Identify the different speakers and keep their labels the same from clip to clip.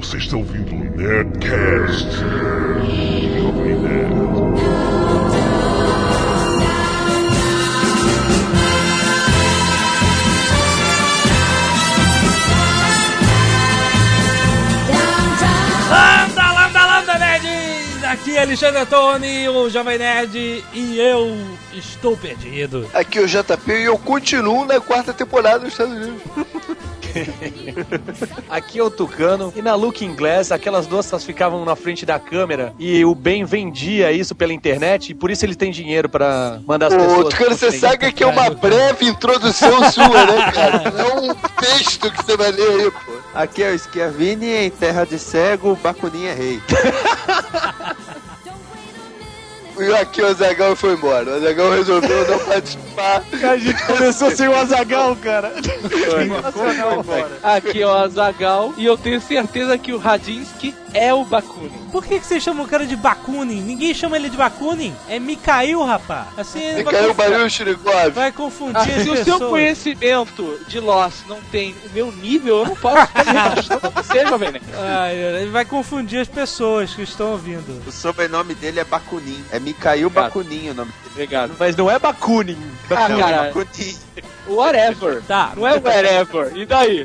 Speaker 1: Você está ouvindo o Nerdcast Jovem Nerd.
Speaker 2: Lambda, nerds! Aqui é Alexandre Antoni, o Jovem Nerd, e eu estou perdido.
Speaker 3: Aqui é o JP e eu continuo na 4ª temporada dos Estados Unidos.
Speaker 4: Aqui é o Tucano, e na Looking Glass aquelas duas ficavam na frente da câmera e o Ben vendia isso pela internet e por isso ele tem dinheiro pra mandar as pessoas.
Speaker 3: Tucano, você sabe que é uma breve introdução sua, né, cara? Não é um texto que você vai ler aí, pô.
Speaker 5: Aqui é o Schiavini, em terra de cego, Bakunin é rei.
Speaker 3: E aqui o Azaghal foi embora. O Azaghal resolveu não participar.
Speaker 4: A gente começou sem o Azaghal, cara.
Speaker 6: Aqui é o Azaghal e eu tenho certeza que o Radinsky é o Bakunin.
Speaker 2: Por que vocês chamam o cara de Bakunin? Ninguém chama ele de Bakunin. É Mikhail, rapaz. Assim,
Speaker 3: Mikhail Baryshnikov.
Speaker 2: Vai confundir as
Speaker 6: Se
Speaker 2: pessoas.
Speaker 6: o seu conhecimento de Lost não tem o meu nível, eu não posso ficar me rebaixando você, jovem, né?
Speaker 2: Ele vai confundir as pessoas que estão ouvindo.
Speaker 5: O sobrenome dele é Bakunin. É Mikhail Bakunin o nome dele.
Speaker 6: Obrigado.
Speaker 4: Mas não é Bakunin.
Speaker 6: Ah,
Speaker 5: Não,
Speaker 6: cara,
Speaker 5: é Bakunin.
Speaker 6: whatever.
Speaker 2: Tá.
Speaker 6: Não é whatever. E daí?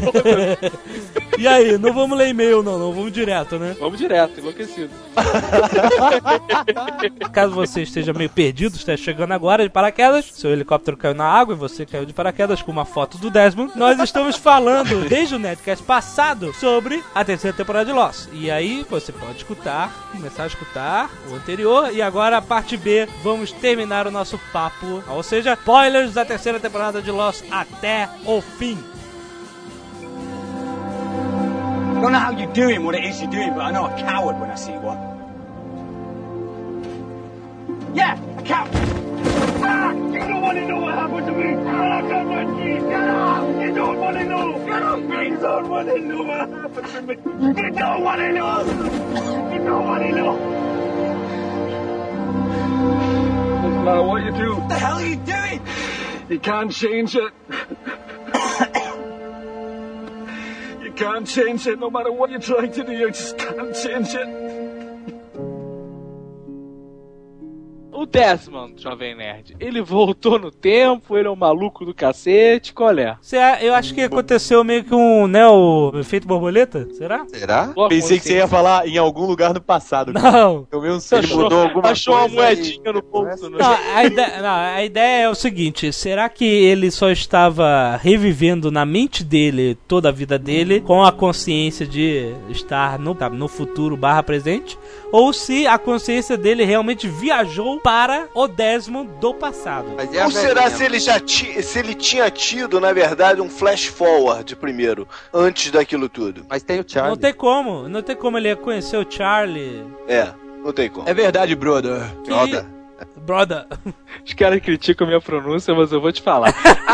Speaker 2: E aí, não vamos ler e-mail não vamos direto, né?
Speaker 6: Vamos direto, enlouquecido.
Speaker 2: Caso você esteja meio perdido, está chegando agora de paraquedas, seu helicóptero caiu na água e você caiu de paraquedas com uma foto do Desmond, nós estamos falando, desde o Nerdcast passado, sobre a 3ª temporada de Lost. E aí você pode escutar, começar a escutar o anterior, e agora a parte B, vamos terminar o nosso papo, ou seja, spoilers da 3ª temporada de Lost até o fim.
Speaker 7: I don't know how you're doing what it is you're doing, but I know a coward when I see one. Yeah, a coward. Ah, you don't want to know what happened to me. I got my keys. Get out. You don't want to know. Get out. You don't want to know what happened to me. You don't want to know. You don't want to know. Doesn't matter what you do. What the hell are you doing? You can't change it. You can't change it, no matter what you're trying to do, you just can't change it.
Speaker 6: O Desmond, jovem nerd, ele voltou no tempo, ele é um maluco do cacete, qual é?
Speaker 2: Eu acho que aconteceu meio que o efeito borboleta, será?
Speaker 5: Será?
Speaker 6: Boa
Speaker 4: Pensei que você ia falar em algum lugar no passado.
Speaker 2: Não.
Speaker 4: Eu vi um
Speaker 6: Ele
Speaker 5: mudou alguma
Speaker 6: achou uma
Speaker 5: coisa
Speaker 6: moedinha
Speaker 5: aí.
Speaker 6: no bolso, né?
Speaker 2: A ideia é o seguinte, será que ele só estava revivendo na mente dele toda a vida dele, com a consciência de estar no futuro / presente, ou se a consciência dele realmente viajou para o Desmond do passado?
Speaker 5: Mas é a
Speaker 3: Ou será
Speaker 5: velhinha,
Speaker 3: se ele tinha tido, na verdade, um flash forward primeiro, antes daquilo tudo?
Speaker 5: Mas tem o Charlie.
Speaker 2: Não tem como ele ia conhecer o Charlie.
Speaker 3: Não tem como.
Speaker 4: É verdade, brother.
Speaker 2: Brother.
Speaker 6: Os caras criticam a minha pronúncia, mas eu vou te falar.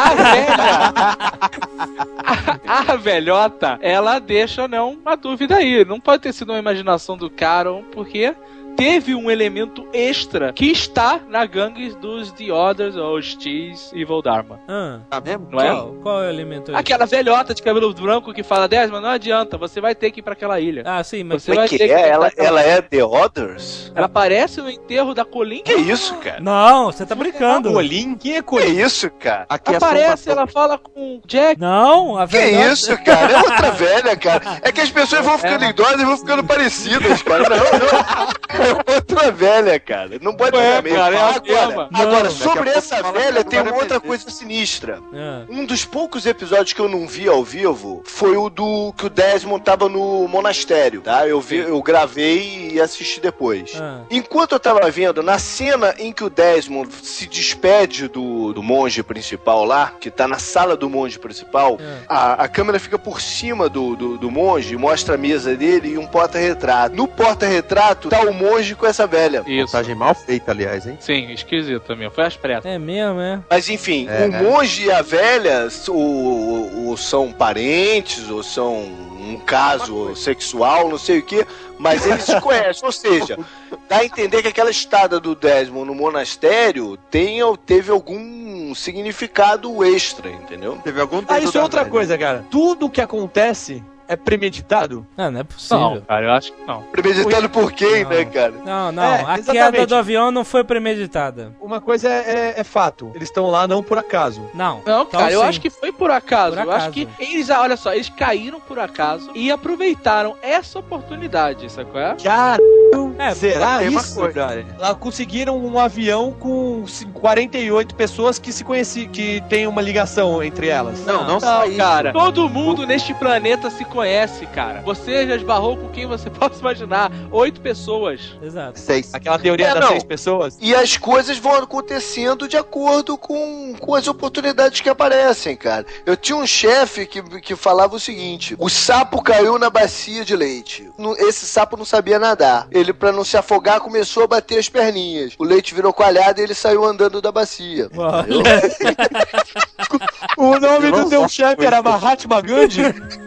Speaker 6: A velhota, ela deixa, né, uma dúvida aí. Não pode ter sido uma imaginação do Caron, porque teve um elemento extra que está na gangue dos The Others, ou os Cheese Evil Dharma.
Speaker 5: Tá mesmo?
Speaker 6: Não é?
Speaker 2: Qual é o elemento aí?
Speaker 6: Aquela velhota de cabelo branco que fala, Desmond, não adianta, você vai ter que ir pra aquela ilha.
Speaker 2: Ah, sim, mas
Speaker 6: Você vai
Speaker 3: Mas que
Speaker 6: ter
Speaker 3: é?
Speaker 6: ir pra aquela-
Speaker 3: Ela é The Others?
Speaker 6: Ela aparece no enterro da Colin.
Speaker 3: Que isso, cara?
Speaker 2: Não, você tá brincando.
Speaker 4: Colim? Quem é
Speaker 3: Que
Speaker 4: Colim?
Speaker 3: isso, cara?
Speaker 5: Aqui é
Speaker 6: Aparece,
Speaker 5: só uma...
Speaker 6: ela fala com o Jack.
Speaker 2: Não, a
Speaker 3: Que
Speaker 2: velhota...
Speaker 3: isso, cara? É outra velha, cara. É que as pessoas vão ficando idosas e vão ficando parecidas, cara. Não. É outra velha, cara. Não pode
Speaker 6: É,
Speaker 3: ficar meio.
Speaker 6: cara, é a
Speaker 3: Agora,
Speaker 6: mesma.
Speaker 3: agora
Speaker 5: Não,
Speaker 3: sobre
Speaker 5: daqui a
Speaker 3: essa
Speaker 5: pouco fala
Speaker 3: velha,
Speaker 5: que
Speaker 3: tem
Speaker 5: agora
Speaker 3: uma outra
Speaker 5: vai
Speaker 3: coisa sinistra.
Speaker 2: Ah.
Speaker 3: Um dos poucos episódios que eu não vi ao vivo foi o do que o Desmond tava no monastério, tá? Eu gravei e assisti depois.
Speaker 2: Ah.
Speaker 3: Enquanto eu tava vendo, na cena em que o Desmond se despede do monge principal lá, que tá na sala do monge principal, a câmera fica por cima do monge, mostra a mesa dele e um porta-retrato. No porta-retrato tá o monge com essa velha.
Speaker 6: Isso.
Speaker 5: Montagem mal feita, aliás, hein?
Speaker 6: Sim, esquisito também. Foi às pressas.
Speaker 2: É mesmo, é?
Speaker 3: Mas enfim,
Speaker 5: É,
Speaker 3: o
Speaker 5: né?
Speaker 3: monge e a velha ou são parentes, ou são um caso sexual, não sei o que, mas eles se conhecem. Ou seja, dá a entender que aquela estada do Desmond no monastério teve algum significado extra, entendeu?
Speaker 5: Teve algum
Speaker 4: Ah,
Speaker 5: dedo
Speaker 4: isso é
Speaker 5: da
Speaker 4: outra
Speaker 5: velha.
Speaker 4: coisa, cara. Tudo que acontece é premeditado?
Speaker 2: Não é possível.
Speaker 6: Não, cara, eu acho que não.
Speaker 3: Premeditado por quem,
Speaker 2: Não.
Speaker 3: né, cara?
Speaker 2: Não. A
Speaker 4: exatamente.
Speaker 2: queda do avião não foi premeditada.
Speaker 4: Uma coisa é fato. Eles estão lá não por acaso.
Speaker 2: Não.
Speaker 6: Não,
Speaker 2: Então,
Speaker 6: cara, eu
Speaker 2: sim.
Speaker 6: acho que foi por acaso.
Speaker 2: Por
Speaker 6: Eu acho
Speaker 2: acaso.
Speaker 6: que eles, olha só, eles caíram por acaso e aproveitaram essa oportunidade, sacou?
Speaker 4: Cara,
Speaker 2: É,
Speaker 4: será
Speaker 5: tem uma
Speaker 4: isso?
Speaker 5: coisa.
Speaker 4: Lá conseguiram um avião com 48 pessoas que se conheciam, que tem uma ligação entre elas.
Speaker 5: Não só isso.
Speaker 6: Cara, todo mundo neste planeta se conhece, cara. Você já esbarrou com quem você possa imaginar. 8 pessoas.
Speaker 2: Exato.
Speaker 5: 6.
Speaker 4: Aquela teoria das
Speaker 3: não.
Speaker 4: 6 pessoas?
Speaker 3: E as coisas vão acontecendo de acordo com as oportunidades que aparecem, cara. Eu tinha um chefe que falava o seguinte: o sapo caiu na bacia de leite. Esse sapo não sabia nadar. Ele, pra não se afogar, começou a bater as perninhas. O leite virou coalhada e ele saiu andando da bacia.
Speaker 4: O nome do teu chefe era Mahatma Gandhi?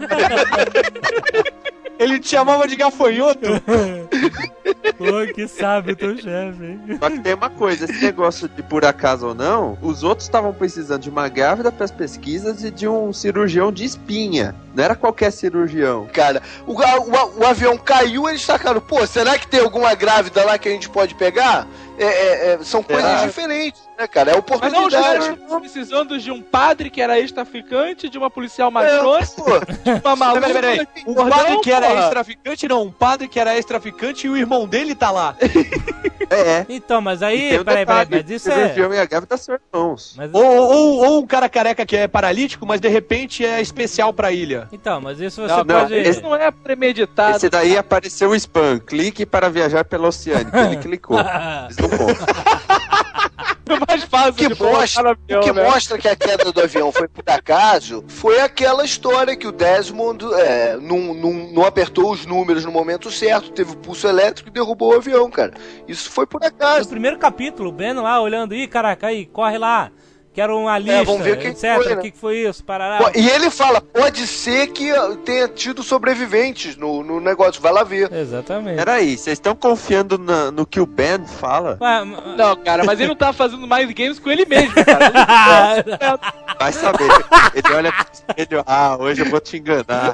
Speaker 4: Ele te chamava de gafanhoto?
Speaker 2: Pô, que sabe o teu chefe, hein?
Speaker 5: Só que tem uma coisa, esse negócio de por acaso ou não, os outros estavam precisando de uma grávida para as pesquisas e de um cirurgião de espinha. Não era qualquer cirurgião.
Speaker 3: Cara, o avião caiu, eles tacaram, pô, será que tem alguma grávida lá que a gente pode pegar? São coisas diferentes, né, cara? É
Speaker 6: Mas não, já
Speaker 3: oportunidade.
Speaker 6: estavam precisando de um padre que era ex-traficante, de uma policial matrona,
Speaker 3: Pô,
Speaker 6: de uma maluca.
Speaker 4: Peraí. Um
Speaker 6: Cordão,
Speaker 4: padre que era
Speaker 6: porra.
Speaker 4: ex-traficante, não. Um padre que era ex-traficante e o irmão dele tá lá.
Speaker 2: Então, mas
Speaker 5: E
Speaker 2: aí,
Speaker 5: tem um
Speaker 2: peraí,
Speaker 5: detalhe,
Speaker 2: mas isso
Speaker 5: o
Speaker 2: é...
Speaker 5: cirurgião e a grávida são irmãos.
Speaker 2: Mas...
Speaker 4: Ou um cara careca que é paralítico, mas de repente é especial pra ilha.
Speaker 2: Então, mas isso você
Speaker 5: Não,
Speaker 2: pode...
Speaker 6: Isso não é premeditado.
Speaker 5: Esse daí apareceu o spam, clique para viajar pela Oceânica. Ele clicou. Eles não contam.
Speaker 6: É mais fácil
Speaker 3: O que
Speaker 6: de colocar no avião,
Speaker 3: O que
Speaker 6: né?
Speaker 3: mostra que a queda do avião foi por acaso foi aquela história que o Desmond não apertou os números no momento certo, teve o pulso elétrico e derrubou o avião, cara. Isso foi por
Speaker 2: No
Speaker 3: acaso.
Speaker 2: primeiro capítulo, o Ben lá olhando, ih, caraca, aí, corre lá, quero uma lista,
Speaker 3: vamos ver quem
Speaker 2: etc.
Speaker 3: foi, né?
Speaker 2: O que foi isso? Parará.
Speaker 3: Pô, e ele fala, pode ser que tenha tido sobreviventes no negócio, vai lá ver.
Speaker 2: Exatamente.
Speaker 5: Peraí, vocês estão confiando no que o Ben fala?
Speaker 2: Ué,
Speaker 6: Não, cara, mas ele não tá fazendo mind games com ele mesmo, cara.
Speaker 5: Vai saber. Ele olha pro espelho, hoje eu vou te enganar.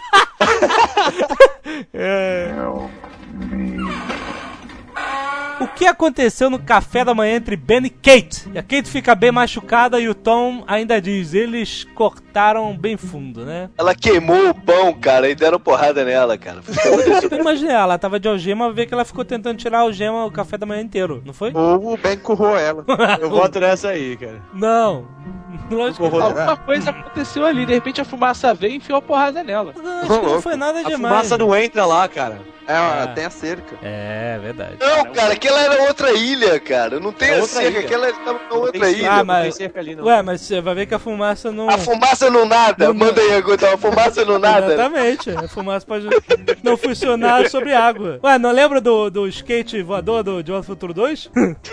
Speaker 2: O que aconteceu no café da manhã entre Ben e Kate? E a Kate fica bem machucada e o Tom ainda diz, eles cortaram bem fundo, né?
Speaker 3: Ela queimou o pão, cara, e deram porrada nela, cara.
Speaker 2: Eu imaginei, ela tava de algema, ver que ela ficou tentando tirar a algema o café da manhã inteiro, não foi?
Speaker 5: Ou o Ben currou ela.
Speaker 4: Eu voto nessa aí, cara.
Speaker 2: Não. Lógico que não.
Speaker 6: Alguma coisa aconteceu ali, de repente a fumaça veio e enfiou a porrada nela.
Speaker 2: Acho que não foi nada
Speaker 4: A
Speaker 2: demais.
Speaker 4: fumaça não entra lá, cara.
Speaker 5: Tem a cerca.
Speaker 2: É, verdade.
Speaker 3: Não, cara, aquela era outra ilha, cara. Não tem
Speaker 4: É
Speaker 3: a
Speaker 4: outra
Speaker 3: cerca,
Speaker 4: ilha.
Speaker 3: aquela estava na outra
Speaker 4: Tem
Speaker 3: ilha.
Speaker 4: cerca,
Speaker 2: Ah,
Speaker 4: não
Speaker 2: mas-
Speaker 4: tem cerca ali, não.
Speaker 2: Ué, mas você vai ver que a fumaça não...
Speaker 3: A fumaça não nada.
Speaker 2: Não
Speaker 3: Manda aí, Agutão. A fumaça não nada.
Speaker 2: Exatamente, a fumaça pode não funcionar sobre água. Ué, não lembra do skate voador do De Volta ao Futuro 2?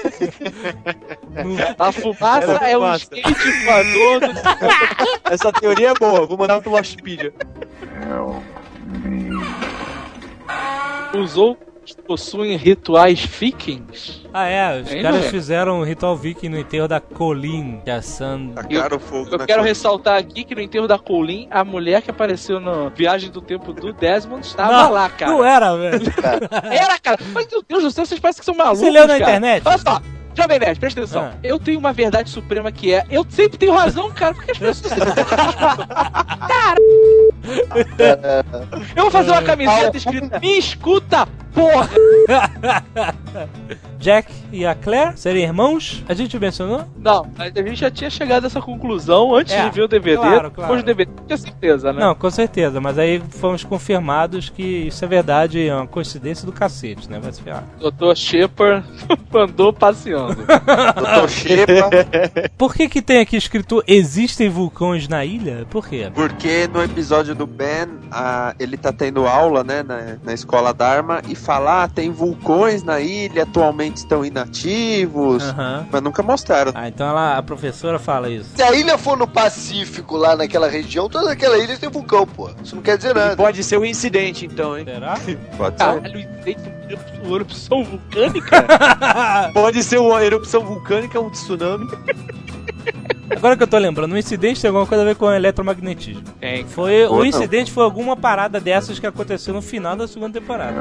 Speaker 6: A fumaça
Speaker 4: Era
Speaker 6: é um
Speaker 4: fumaça.
Speaker 6: skate voador do...
Speaker 4: Essa teoria é boa, vou mandar pro Lostpedia.
Speaker 6: Os outros possuem rituais vikings.
Speaker 2: Ah, é, os
Speaker 6: Aí
Speaker 2: caras
Speaker 6: não é.
Speaker 2: fizeram um ritual viking no enterro da Colleen, que a Sam...
Speaker 5: Tacaram fogo
Speaker 6: Eu
Speaker 5: na
Speaker 6: quero
Speaker 5: coisa.
Speaker 6: ressaltar aqui que no enterro da Colleen, a mulher que apareceu na Viagem do Tempo do Desmond estava lá, cara.
Speaker 2: Não era, velho.
Speaker 6: Era, cara. Mas, meu Deus do céu, vocês parecem que são malucos,
Speaker 2: Você leu na
Speaker 6: cara.
Speaker 2: internet?
Speaker 6: Olha só. Jovem Nerd, presta atenção.
Speaker 2: Ah.
Speaker 6: Eu tenho uma verdade suprema que é... Eu sempre tenho razão, cara. Porque as pessoas... Cara... Eu vou fazer uma camiseta escrita... Me escuta, porra!
Speaker 2: Jack e a Claire serem irmãos? A gente mencionou?
Speaker 6: Não, a gente já tinha chegado a essa conclusão antes
Speaker 2: É,
Speaker 6: de ver o DVD.
Speaker 2: claro.
Speaker 6: Depois do DVD, tinha certeza, né?
Speaker 2: Não, com certeza, mas aí fomos confirmados que isso é verdade, é uma coincidência do cacete, né? Vai se ferrar.
Speaker 6: Dr. Shepard andou passeando.
Speaker 5: Doutor Shepa,
Speaker 2: Por que tem aqui escrito existem vulcões na ilha? Por quê?
Speaker 5: porque no episódio do Ben, ele tá tendo aula, né, na escola Dharma, e fala, tem vulcões na ilha, atualmente estão inativos,
Speaker 2: Aham.
Speaker 5: mas nunca mostraram.
Speaker 2: Ah, então a professora fala isso.
Speaker 3: Se a ilha for no Pacífico, lá naquela região, toda aquela ilha tem vulcão, pô. Isso não quer dizer nada.
Speaker 4: Pode ser um incidente, então, hein?
Speaker 2: Será?
Speaker 5: Pode ser.
Speaker 6: Caralho, uma erupção vulcânica?
Speaker 4: Pode ser uma erupção vulcânica, um tsunami.
Speaker 2: agora que eu tô lembrando, o incidente tem alguma coisa a ver com eletromagnetismo.
Speaker 6: Tem.
Speaker 2: O incidente foi alguma parada dessas que aconteceu no final da segunda temporada.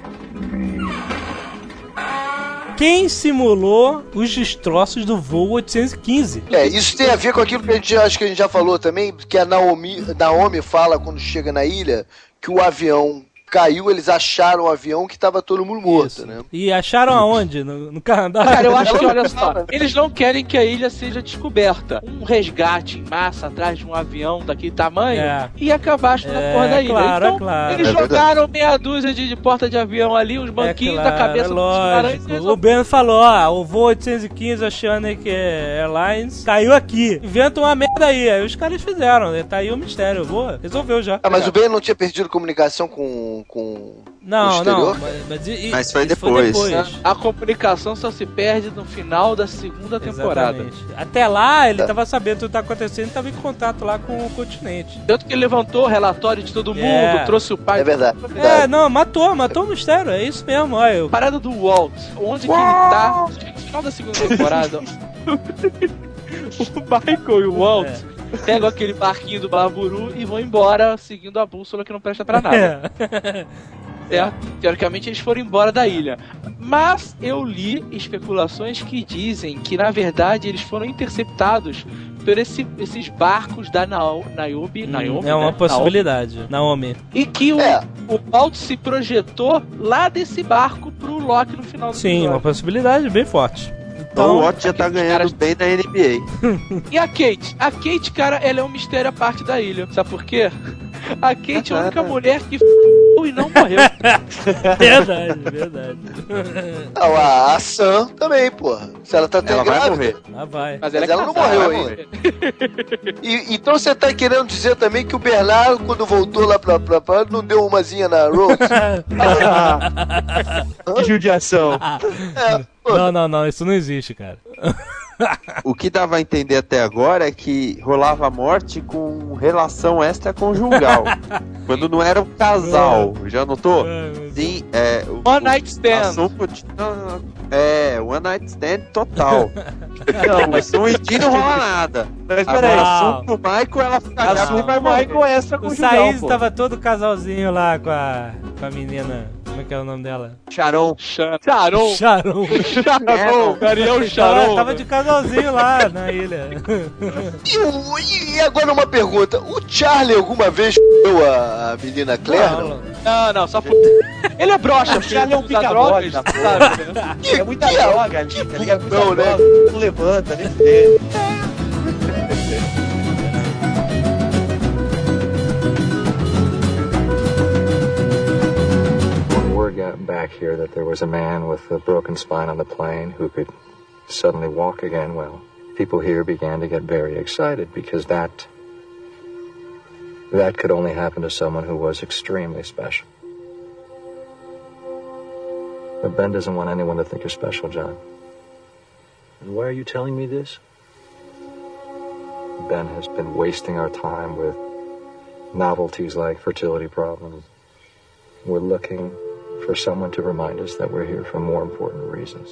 Speaker 2: Quem simulou os destroços do voo 815?
Speaker 3: Isso tem a ver com aquilo que acho que a gente já falou também, que a Naomi fala quando chega na ilha, que o avião caiu, eles acharam o avião que tava todo mundo morto,
Speaker 2: Isso.
Speaker 3: né?
Speaker 2: E acharam aonde? No Canadá?
Speaker 6: Cara, eu acho que, olha só, eles não querem que a ilha seja descoberta. Um resgate em massa atrás de um avião daquele tamanho ia acabar na porra da ilha.
Speaker 2: Claro,
Speaker 6: então,
Speaker 2: claro.
Speaker 6: eles jogaram meia dúzia de porta de avião ali, uns banquinhos da cabeça dos caras.
Speaker 2: O Ben falou, o voo 815 Oceanic Airlines caiu aqui. Inventa uma merda aí os caras fizeram, tá aí o mistério. Resolveu já.
Speaker 3: Mas o Ben não tinha perdido comunicação com
Speaker 2: não,
Speaker 5: mas foi depois.
Speaker 6: A comunicação só se perde no final da segunda temporada.
Speaker 2: Exatamente. Até lá, ele tava sabendo tudo que tá acontecendo e tava em contato lá com o continente.
Speaker 6: Tanto que ele levantou o relatório de todo mundo, trouxe o pai.
Speaker 3: É verdade.
Speaker 2: Matou o mistério, é isso mesmo. Olha,
Speaker 6: parada do Walt, onde que ele tá? No final da segunda temporada, o Michael e o Walt pegam aquele barquinho do Baburu e vão embora seguindo a bússola que não presta pra nada. Teoricamente eles foram embora da ilha. Mas eu li especulações que dizem que na verdade eles foram interceptados por esses barcos da Naomi.
Speaker 2: É uma possibilidade. Naomi.
Speaker 6: E que o Walt se projetou lá desse barco pro Loki no final do episódio.
Speaker 2: Uma possibilidade bem forte.
Speaker 5: Então o Walt já tá ganhando bem na NBA.
Speaker 6: E a Kate? A Kate, cara, ela é um mistério à parte da ilha. Sabe por quê? A Kate é a única mulher que e não morreu.
Speaker 2: Verdade.
Speaker 3: A Sam também, porra. Se ela tá até grávida,
Speaker 5: vai morrer.
Speaker 2: Vai.
Speaker 3: Mas ela não morreu ainda. Então você tá querendo dizer também que o Bernardo, quando voltou lá pra não deu umazinha na Rose?
Speaker 4: Que judiação.
Speaker 2: Não, isso não existe, cara.
Speaker 5: O que dava a entender até agora é que rolava morte com relação extraconjugal. Quando não era um casal. Já notou? Sim,
Speaker 6: One Night Stand.
Speaker 5: One Night Stand total. Não, mas não rola nada.
Speaker 4: Mas peraí,
Speaker 5: o assunto do Michael, ela fica
Speaker 4: assunto do Michael é extraconjugal.
Speaker 2: O Saís tava todo casalzinho lá com a menina. Como é que é o nome dela?
Speaker 4: Sharon.
Speaker 6: Ariel Sharon.
Speaker 2: Tava de casalzinho lá na ilha.
Speaker 3: E agora uma pergunta. O Charlie alguma vez deu a menina Claire?
Speaker 6: Não, só por... Ele é broxa,
Speaker 4: o Charlie é um pica-drogas, sabe? É muita droga ali, tá ligado?
Speaker 3: Não, né?
Speaker 4: Não levanta, nem vê.
Speaker 8: Got back here that there was a man with a broken spine on the plane who could suddenly walk again. Well, people here began to get very excited because that could only happen to someone who was extremely special. But Ben doesn't want anyone to think you're special, John. And why are you telling me this? Ben has been wasting our time with novelties like fertility problems. We're looking for someone to remind us that we're here for more important reasons.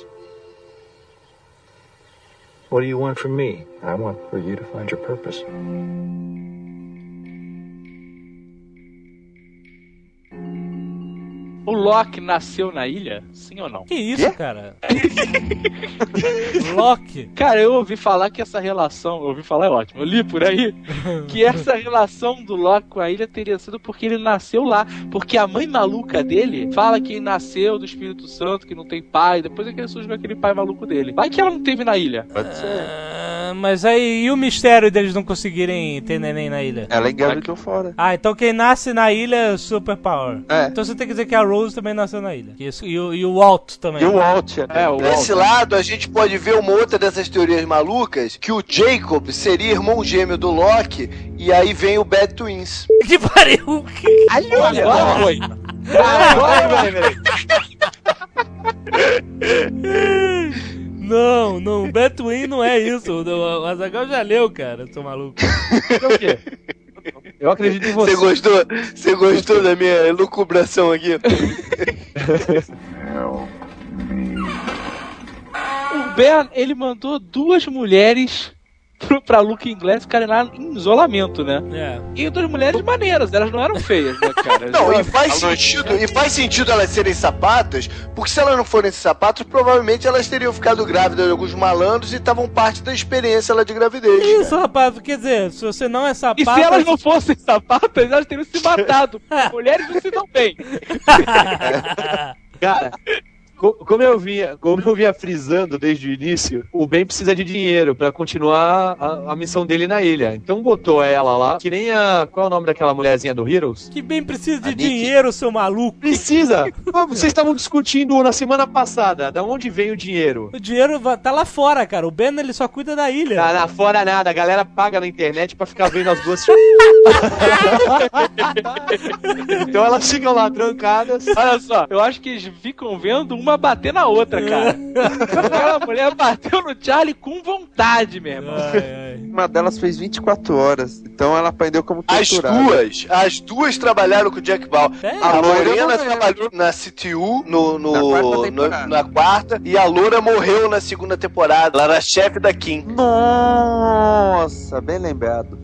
Speaker 8: What do you want from me? I want for you to find your purpose.
Speaker 6: O Loki nasceu na ilha? Sim ou não?
Speaker 2: Que isso, cara? Loki?
Speaker 6: Cara, eu ouvi falar que essa relação... Ouvi falar é ótimo. Eu li por aí que essa relação do Loki com a ilha teria sido porque ele nasceu lá. Porque a mãe maluca dele fala que nasceu do Espírito Santo, que não tem pai. Depois é que ele surgiu aquele pai maluco dele. Vai que ela não teve na ilha.
Speaker 5: Pode ser.
Speaker 2: Mas aí, e o mistério deles não conseguirem ter neném na ilha?
Speaker 5: Ela engravidou fora.
Speaker 2: Então quem nasce na ilha é Superpower. Então você tem que dizer que a Rose também nasceu na ilha. E o Walt também.
Speaker 5: E o Walt.
Speaker 3: Desse lado, a gente pode ver uma outra dessas teorias malucas, que o Jacob seria irmão gêmeo do Loki, e aí vem o Bad Twins.
Speaker 2: Que pariu!
Speaker 6: Agora foi. Agora, velho.
Speaker 2: Não, Batwin não é isso. O Azaghal já leu, cara, seu maluco.
Speaker 4: Então o quê? Eu acredito em você.
Speaker 3: Você gostou da minha elucubração aqui?
Speaker 6: O Ben, ele mandou 2 mulheres pra Looking Glass ficarem lá em isolamento, né?
Speaker 2: É.
Speaker 6: E duas mulheres maneiras, elas não eram feias, né, cara?
Speaker 3: Não, e faz sentido elas serem sapatas, porque se elas não forem sapatos, provavelmente elas teriam ficado grávidas de alguns malandros e estavam parte da experiência lá de gravidez.
Speaker 2: Isso, rapaz, quer dizer, se você não é sapato...
Speaker 6: E se elas não fossem sapatas, elas teriam se matado. Mulheres não se dão bem.
Speaker 4: Cara, como eu vinha frisando desde o início, o Ben precisa de dinheiro pra continuar a missão dele na ilha. Então botou ela lá, que nem a... Qual é o nome daquela mulherzinha do Heroes?
Speaker 2: Que bem precisa de dinheiro, seu maluco.
Speaker 4: Precisa! Vocês estavam discutindo na semana passada, da onde vem o dinheiro?
Speaker 2: O dinheiro tá lá fora, cara. O Ben, ele só cuida da ilha.
Speaker 4: Tá lá fora nada, a galera paga na internet pra ficar vendo as duas. Então elas ficam lá trancadas.
Speaker 6: Olha só, eu acho que eles ficam vendo uma bater na outra, cara. Aquela mulher bateu no Charlie com vontade, meu irmão.
Speaker 5: Uma delas fez 24 horas, então ela aprendeu como torturar.
Speaker 3: As duas trabalharam com o Jack Bauer. A Lorena trabalhou na CTU na quarta, e a Loura morreu na segunda temporada. Ela era chefe da Kim.
Speaker 5: Nossa, bem lembrado.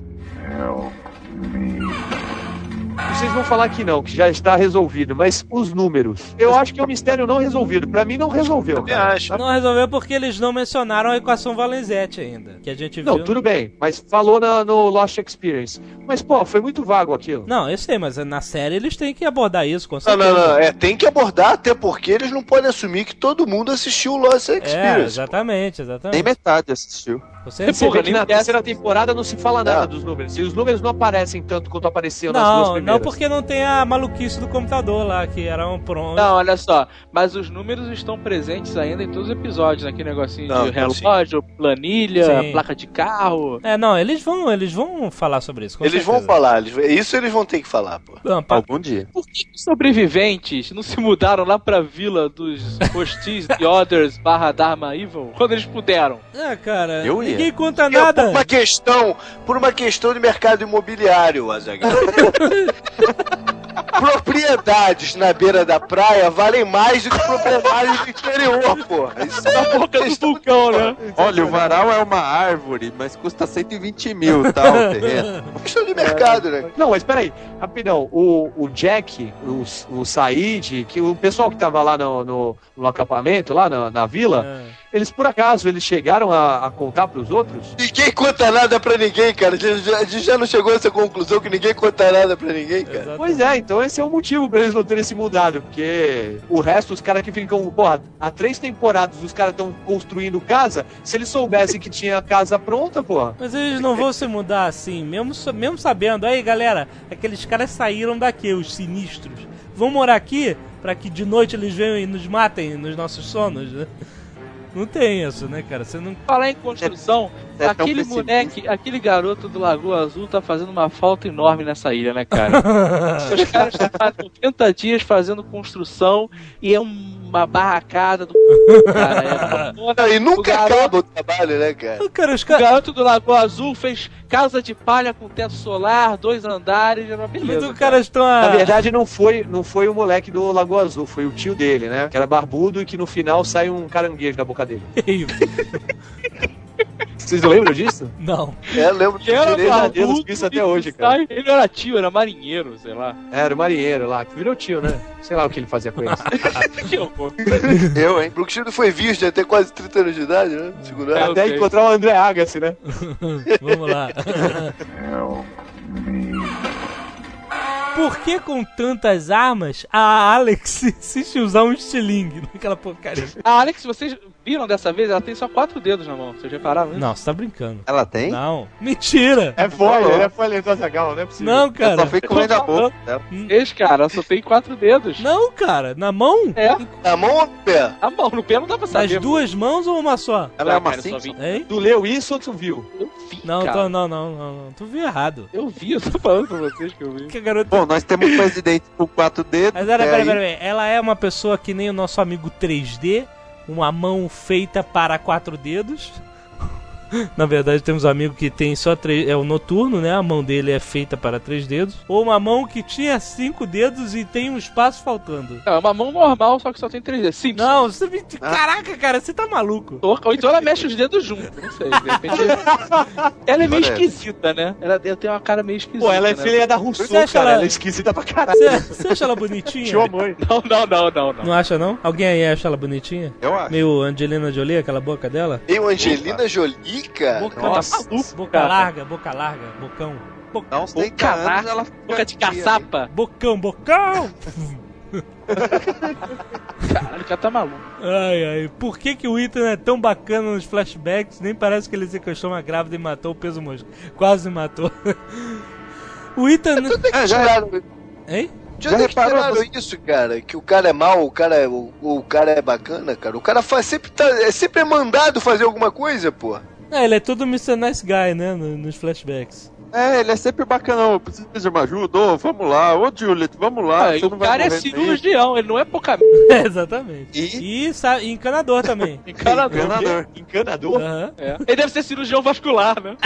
Speaker 4: Vocês vão falar que não, que já está resolvido, mas os números, eu acho que é um mistério não resolvido. Pra mim não resolveu, cara.
Speaker 2: Não resolveu porque eles não mencionaram a equação Valenzetti ainda, que a gente viu.
Speaker 4: Não, tudo bem, mas falou no Lost Experience. Mas, pô, foi muito vago aquilo.
Speaker 2: Não, eu sei, mas na série eles têm que abordar isso, com certeza.
Speaker 3: Não, tem que abordar, até porque eles não podem assumir que todo mundo assistiu o Lost Experience.
Speaker 2: Exatamente.
Speaker 5: Nem metade assistiu.
Speaker 2: Você
Speaker 4: vê que na terceira temporada não se fala nada dos números. E os números não aparecem tanto quanto apareciam nas duas primeiras.
Speaker 2: Não, porque não tem a maluquice do computador lá, que era um pronto.
Speaker 6: Não, olha só, mas os números estão presentes ainda em todos os episódios, naquele negocinho de relógio, planilha, placa de carro.
Speaker 2: Eles vão falar sobre isso.
Speaker 3: Eles vão falar, isso eles vão ter que falar, pô.
Speaker 5: Algum dia.
Speaker 6: Por que os sobreviventes não se mudaram lá pra vila dos hostis The Others / Dharma Evil quando eles puderam?
Speaker 2: Cara,
Speaker 5: eu ia.
Speaker 2: Ninguém conta nada.
Speaker 3: Por uma questão de mercado imobiliário, Azaghal. Propriedades na beira da praia valem mais do que propriedades do interior, porra. Isso é
Speaker 6: a boca do vulcão, né?
Speaker 5: Olha, o varal é uma árvore, mas custa 120 mil, tá, o terreno.
Speaker 3: Questão de mercado, né?
Speaker 4: Não, mas peraí, rapidão, o Jack, o Said, que o pessoal que tava lá no acampamento, lá na vila, eles por acaso, eles chegaram a contar pros outros?
Speaker 3: Ninguém conta nada pra ninguém, cara. A gente já não chegou a essa conclusão que ninguém conta nada pra ninguém, cara.
Speaker 2: Exatamente.
Speaker 4: Pois é, então esse é o motivo pra eles não terem se mudado, porque o resto, os caras que ficam, porra, há 3 temporadas os caras estão construindo casa, se eles soubessem que tinha casa pronta, porra.
Speaker 2: Mas eles não vão se mudar assim, mesmo sabendo. Aí, galera, aqueles caras saíram daqui, os sinistros. Vão morar aqui pra que de noite eles venham e nos matem nos nossos sonos, né? Não tem isso, né, cara? Você não...
Speaker 6: Falar em construção, aquele moleque, aquele garoto do Lagoa Azul tá fazendo uma falta enorme nessa ilha, né, cara? Os caras estão há 90 dias fazendo construção e é uma barracada do cara.
Speaker 3: E nunca acaba o trabalho, né, cara?
Speaker 6: O garoto do Lagoa Azul fez casa de palha com teto solar, 2 andares, era uma beleza.
Speaker 2: Os caras estão
Speaker 4: Na verdade, não foi o moleque do Lagoa Azul, foi o tio dele, né? Que era barbudo e que no final sai um caranguejo da boca dele. Vocês lembram disso?
Speaker 2: Não.
Speaker 3: Lembro de
Speaker 4: isso até hoje, cara.
Speaker 6: Ele não era tio, era marinheiro, sei lá.
Speaker 4: Era o marinheiro lá, que virou tio, né? Sei lá o que ele fazia com isso.
Speaker 3: Eu, hein? Brooke Shields foi virgem até quase 30 anos de idade, né? Segundo ela.
Speaker 4: Até encontrar o André Agassi, né?
Speaker 2: Vamos lá. Por que com tantas armas a Alex insiste em usar um estilingue naquela porcaria?
Speaker 6: A Alex, vocês viram dessa vez? Ela tem só 4 dedos na mão. Vocês repararam isso?
Speaker 2: Não, você tá brincando.
Speaker 5: Ela tem?
Speaker 2: Não. Mentira!
Speaker 4: É foda, ele é foda do Azaghal, não é possível.
Speaker 2: Não, cara.
Speaker 5: Só foi comendo a boca.
Speaker 6: Cara, só tem 4 dedos.
Speaker 2: Não, cara. Na mão?
Speaker 6: É.
Speaker 3: Na mão ou no pé?
Speaker 6: Na mão, no pé não dá pra saber.
Speaker 2: As 2 mãos ou uma só?
Speaker 5: Ela é uma
Speaker 6: cara,
Speaker 5: Simpson?
Speaker 2: Hein?
Speaker 4: Tu leu isso ou tu viu?
Speaker 6: Eu vi,
Speaker 2: Não,
Speaker 6: cara.
Speaker 2: não. Tu viu errado.
Speaker 6: Eu vi, eu tô falando pra vocês que eu vi.
Speaker 2: Que a garota...
Speaker 5: Bom, nós temos presidente com 4 dedos.
Speaker 2: Mas peraí. Ela é uma pessoa que nem o nosso amigo 3D, uma mão feita para 4 dedos. Na verdade, temos um amigo que tem só 3... É o noturno, né? A mão dele é feita para 3 dedos. Ou uma mão que tinha 5 dedos e tem um espaço faltando.
Speaker 6: É uma mão normal, só que só tem 3 dedos. Simples.
Speaker 2: Não, você... Caraca, cara, você tá maluco.
Speaker 6: Ou então ela mexe os dedos juntos. Não sei, de repente... Ela é meio esquisita, né? Ela tem uma cara meio esquisita.
Speaker 4: Pô, ela é
Speaker 6: né?
Speaker 4: filha da Rousseau,
Speaker 2: Você acha
Speaker 4: cara.
Speaker 2: ela-
Speaker 4: Ela é esquisita pra caralho.
Speaker 2: Você acha ela bonitinha?
Speaker 4: Sua mãe.
Speaker 6: Não.
Speaker 2: Não acha, não? Alguém aí acha ela bonitinha?
Speaker 5: Eu acho.
Speaker 2: Meio Angelina Jolie, aquela boca dela?
Speaker 3: Tem o Angelina Jolie, cara.
Speaker 2: Boca,
Speaker 6: Nossa,
Speaker 2: boca larga, bocão.
Speaker 5: Dá uns 30
Speaker 6: Boca
Speaker 5: anos,
Speaker 6: larga,
Speaker 5: ela
Speaker 6: boca de caçapa.
Speaker 2: Bocão!
Speaker 6: Caralho, o cara tá maluco.
Speaker 2: Ai, por que o Ethan é tão bacana nos flashbacks? Nem parece que ele se encostou uma grávida e matou o peso mosca. Quase matou. O Ethan...
Speaker 3: Onde é que tiraram,
Speaker 2: Hein?
Speaker 3: de onde é que tiraram isso, cara? Que o cara é mau, o cara é bacana, cara? O cara sempre é mandado fazer alguma coisa, pô.
Speaker 2: Ele é todo Mr. Nice Guy, né? Nos flashbacks.
Speaker 5: ele é sempre bacanão. Precisa de uma ajuda? Ô, vamos lá. Ô, Juliet, vamos lá.
Speaker 6: E
Speaker 5: Você
Speaker 6: o
Speaker 5: não vai
Speaker 6: cara é
Speaker 5: morrer
Speaker 6: cirurgião, ele não é pouca
Speaker 2: Exatamente. E encanador também.
Speaker 6: encanador.
Speaker 4: Encanador?
Speaker 2: Aham.
Speaker 6: É. Ele deve ser cirurgião vascular, né?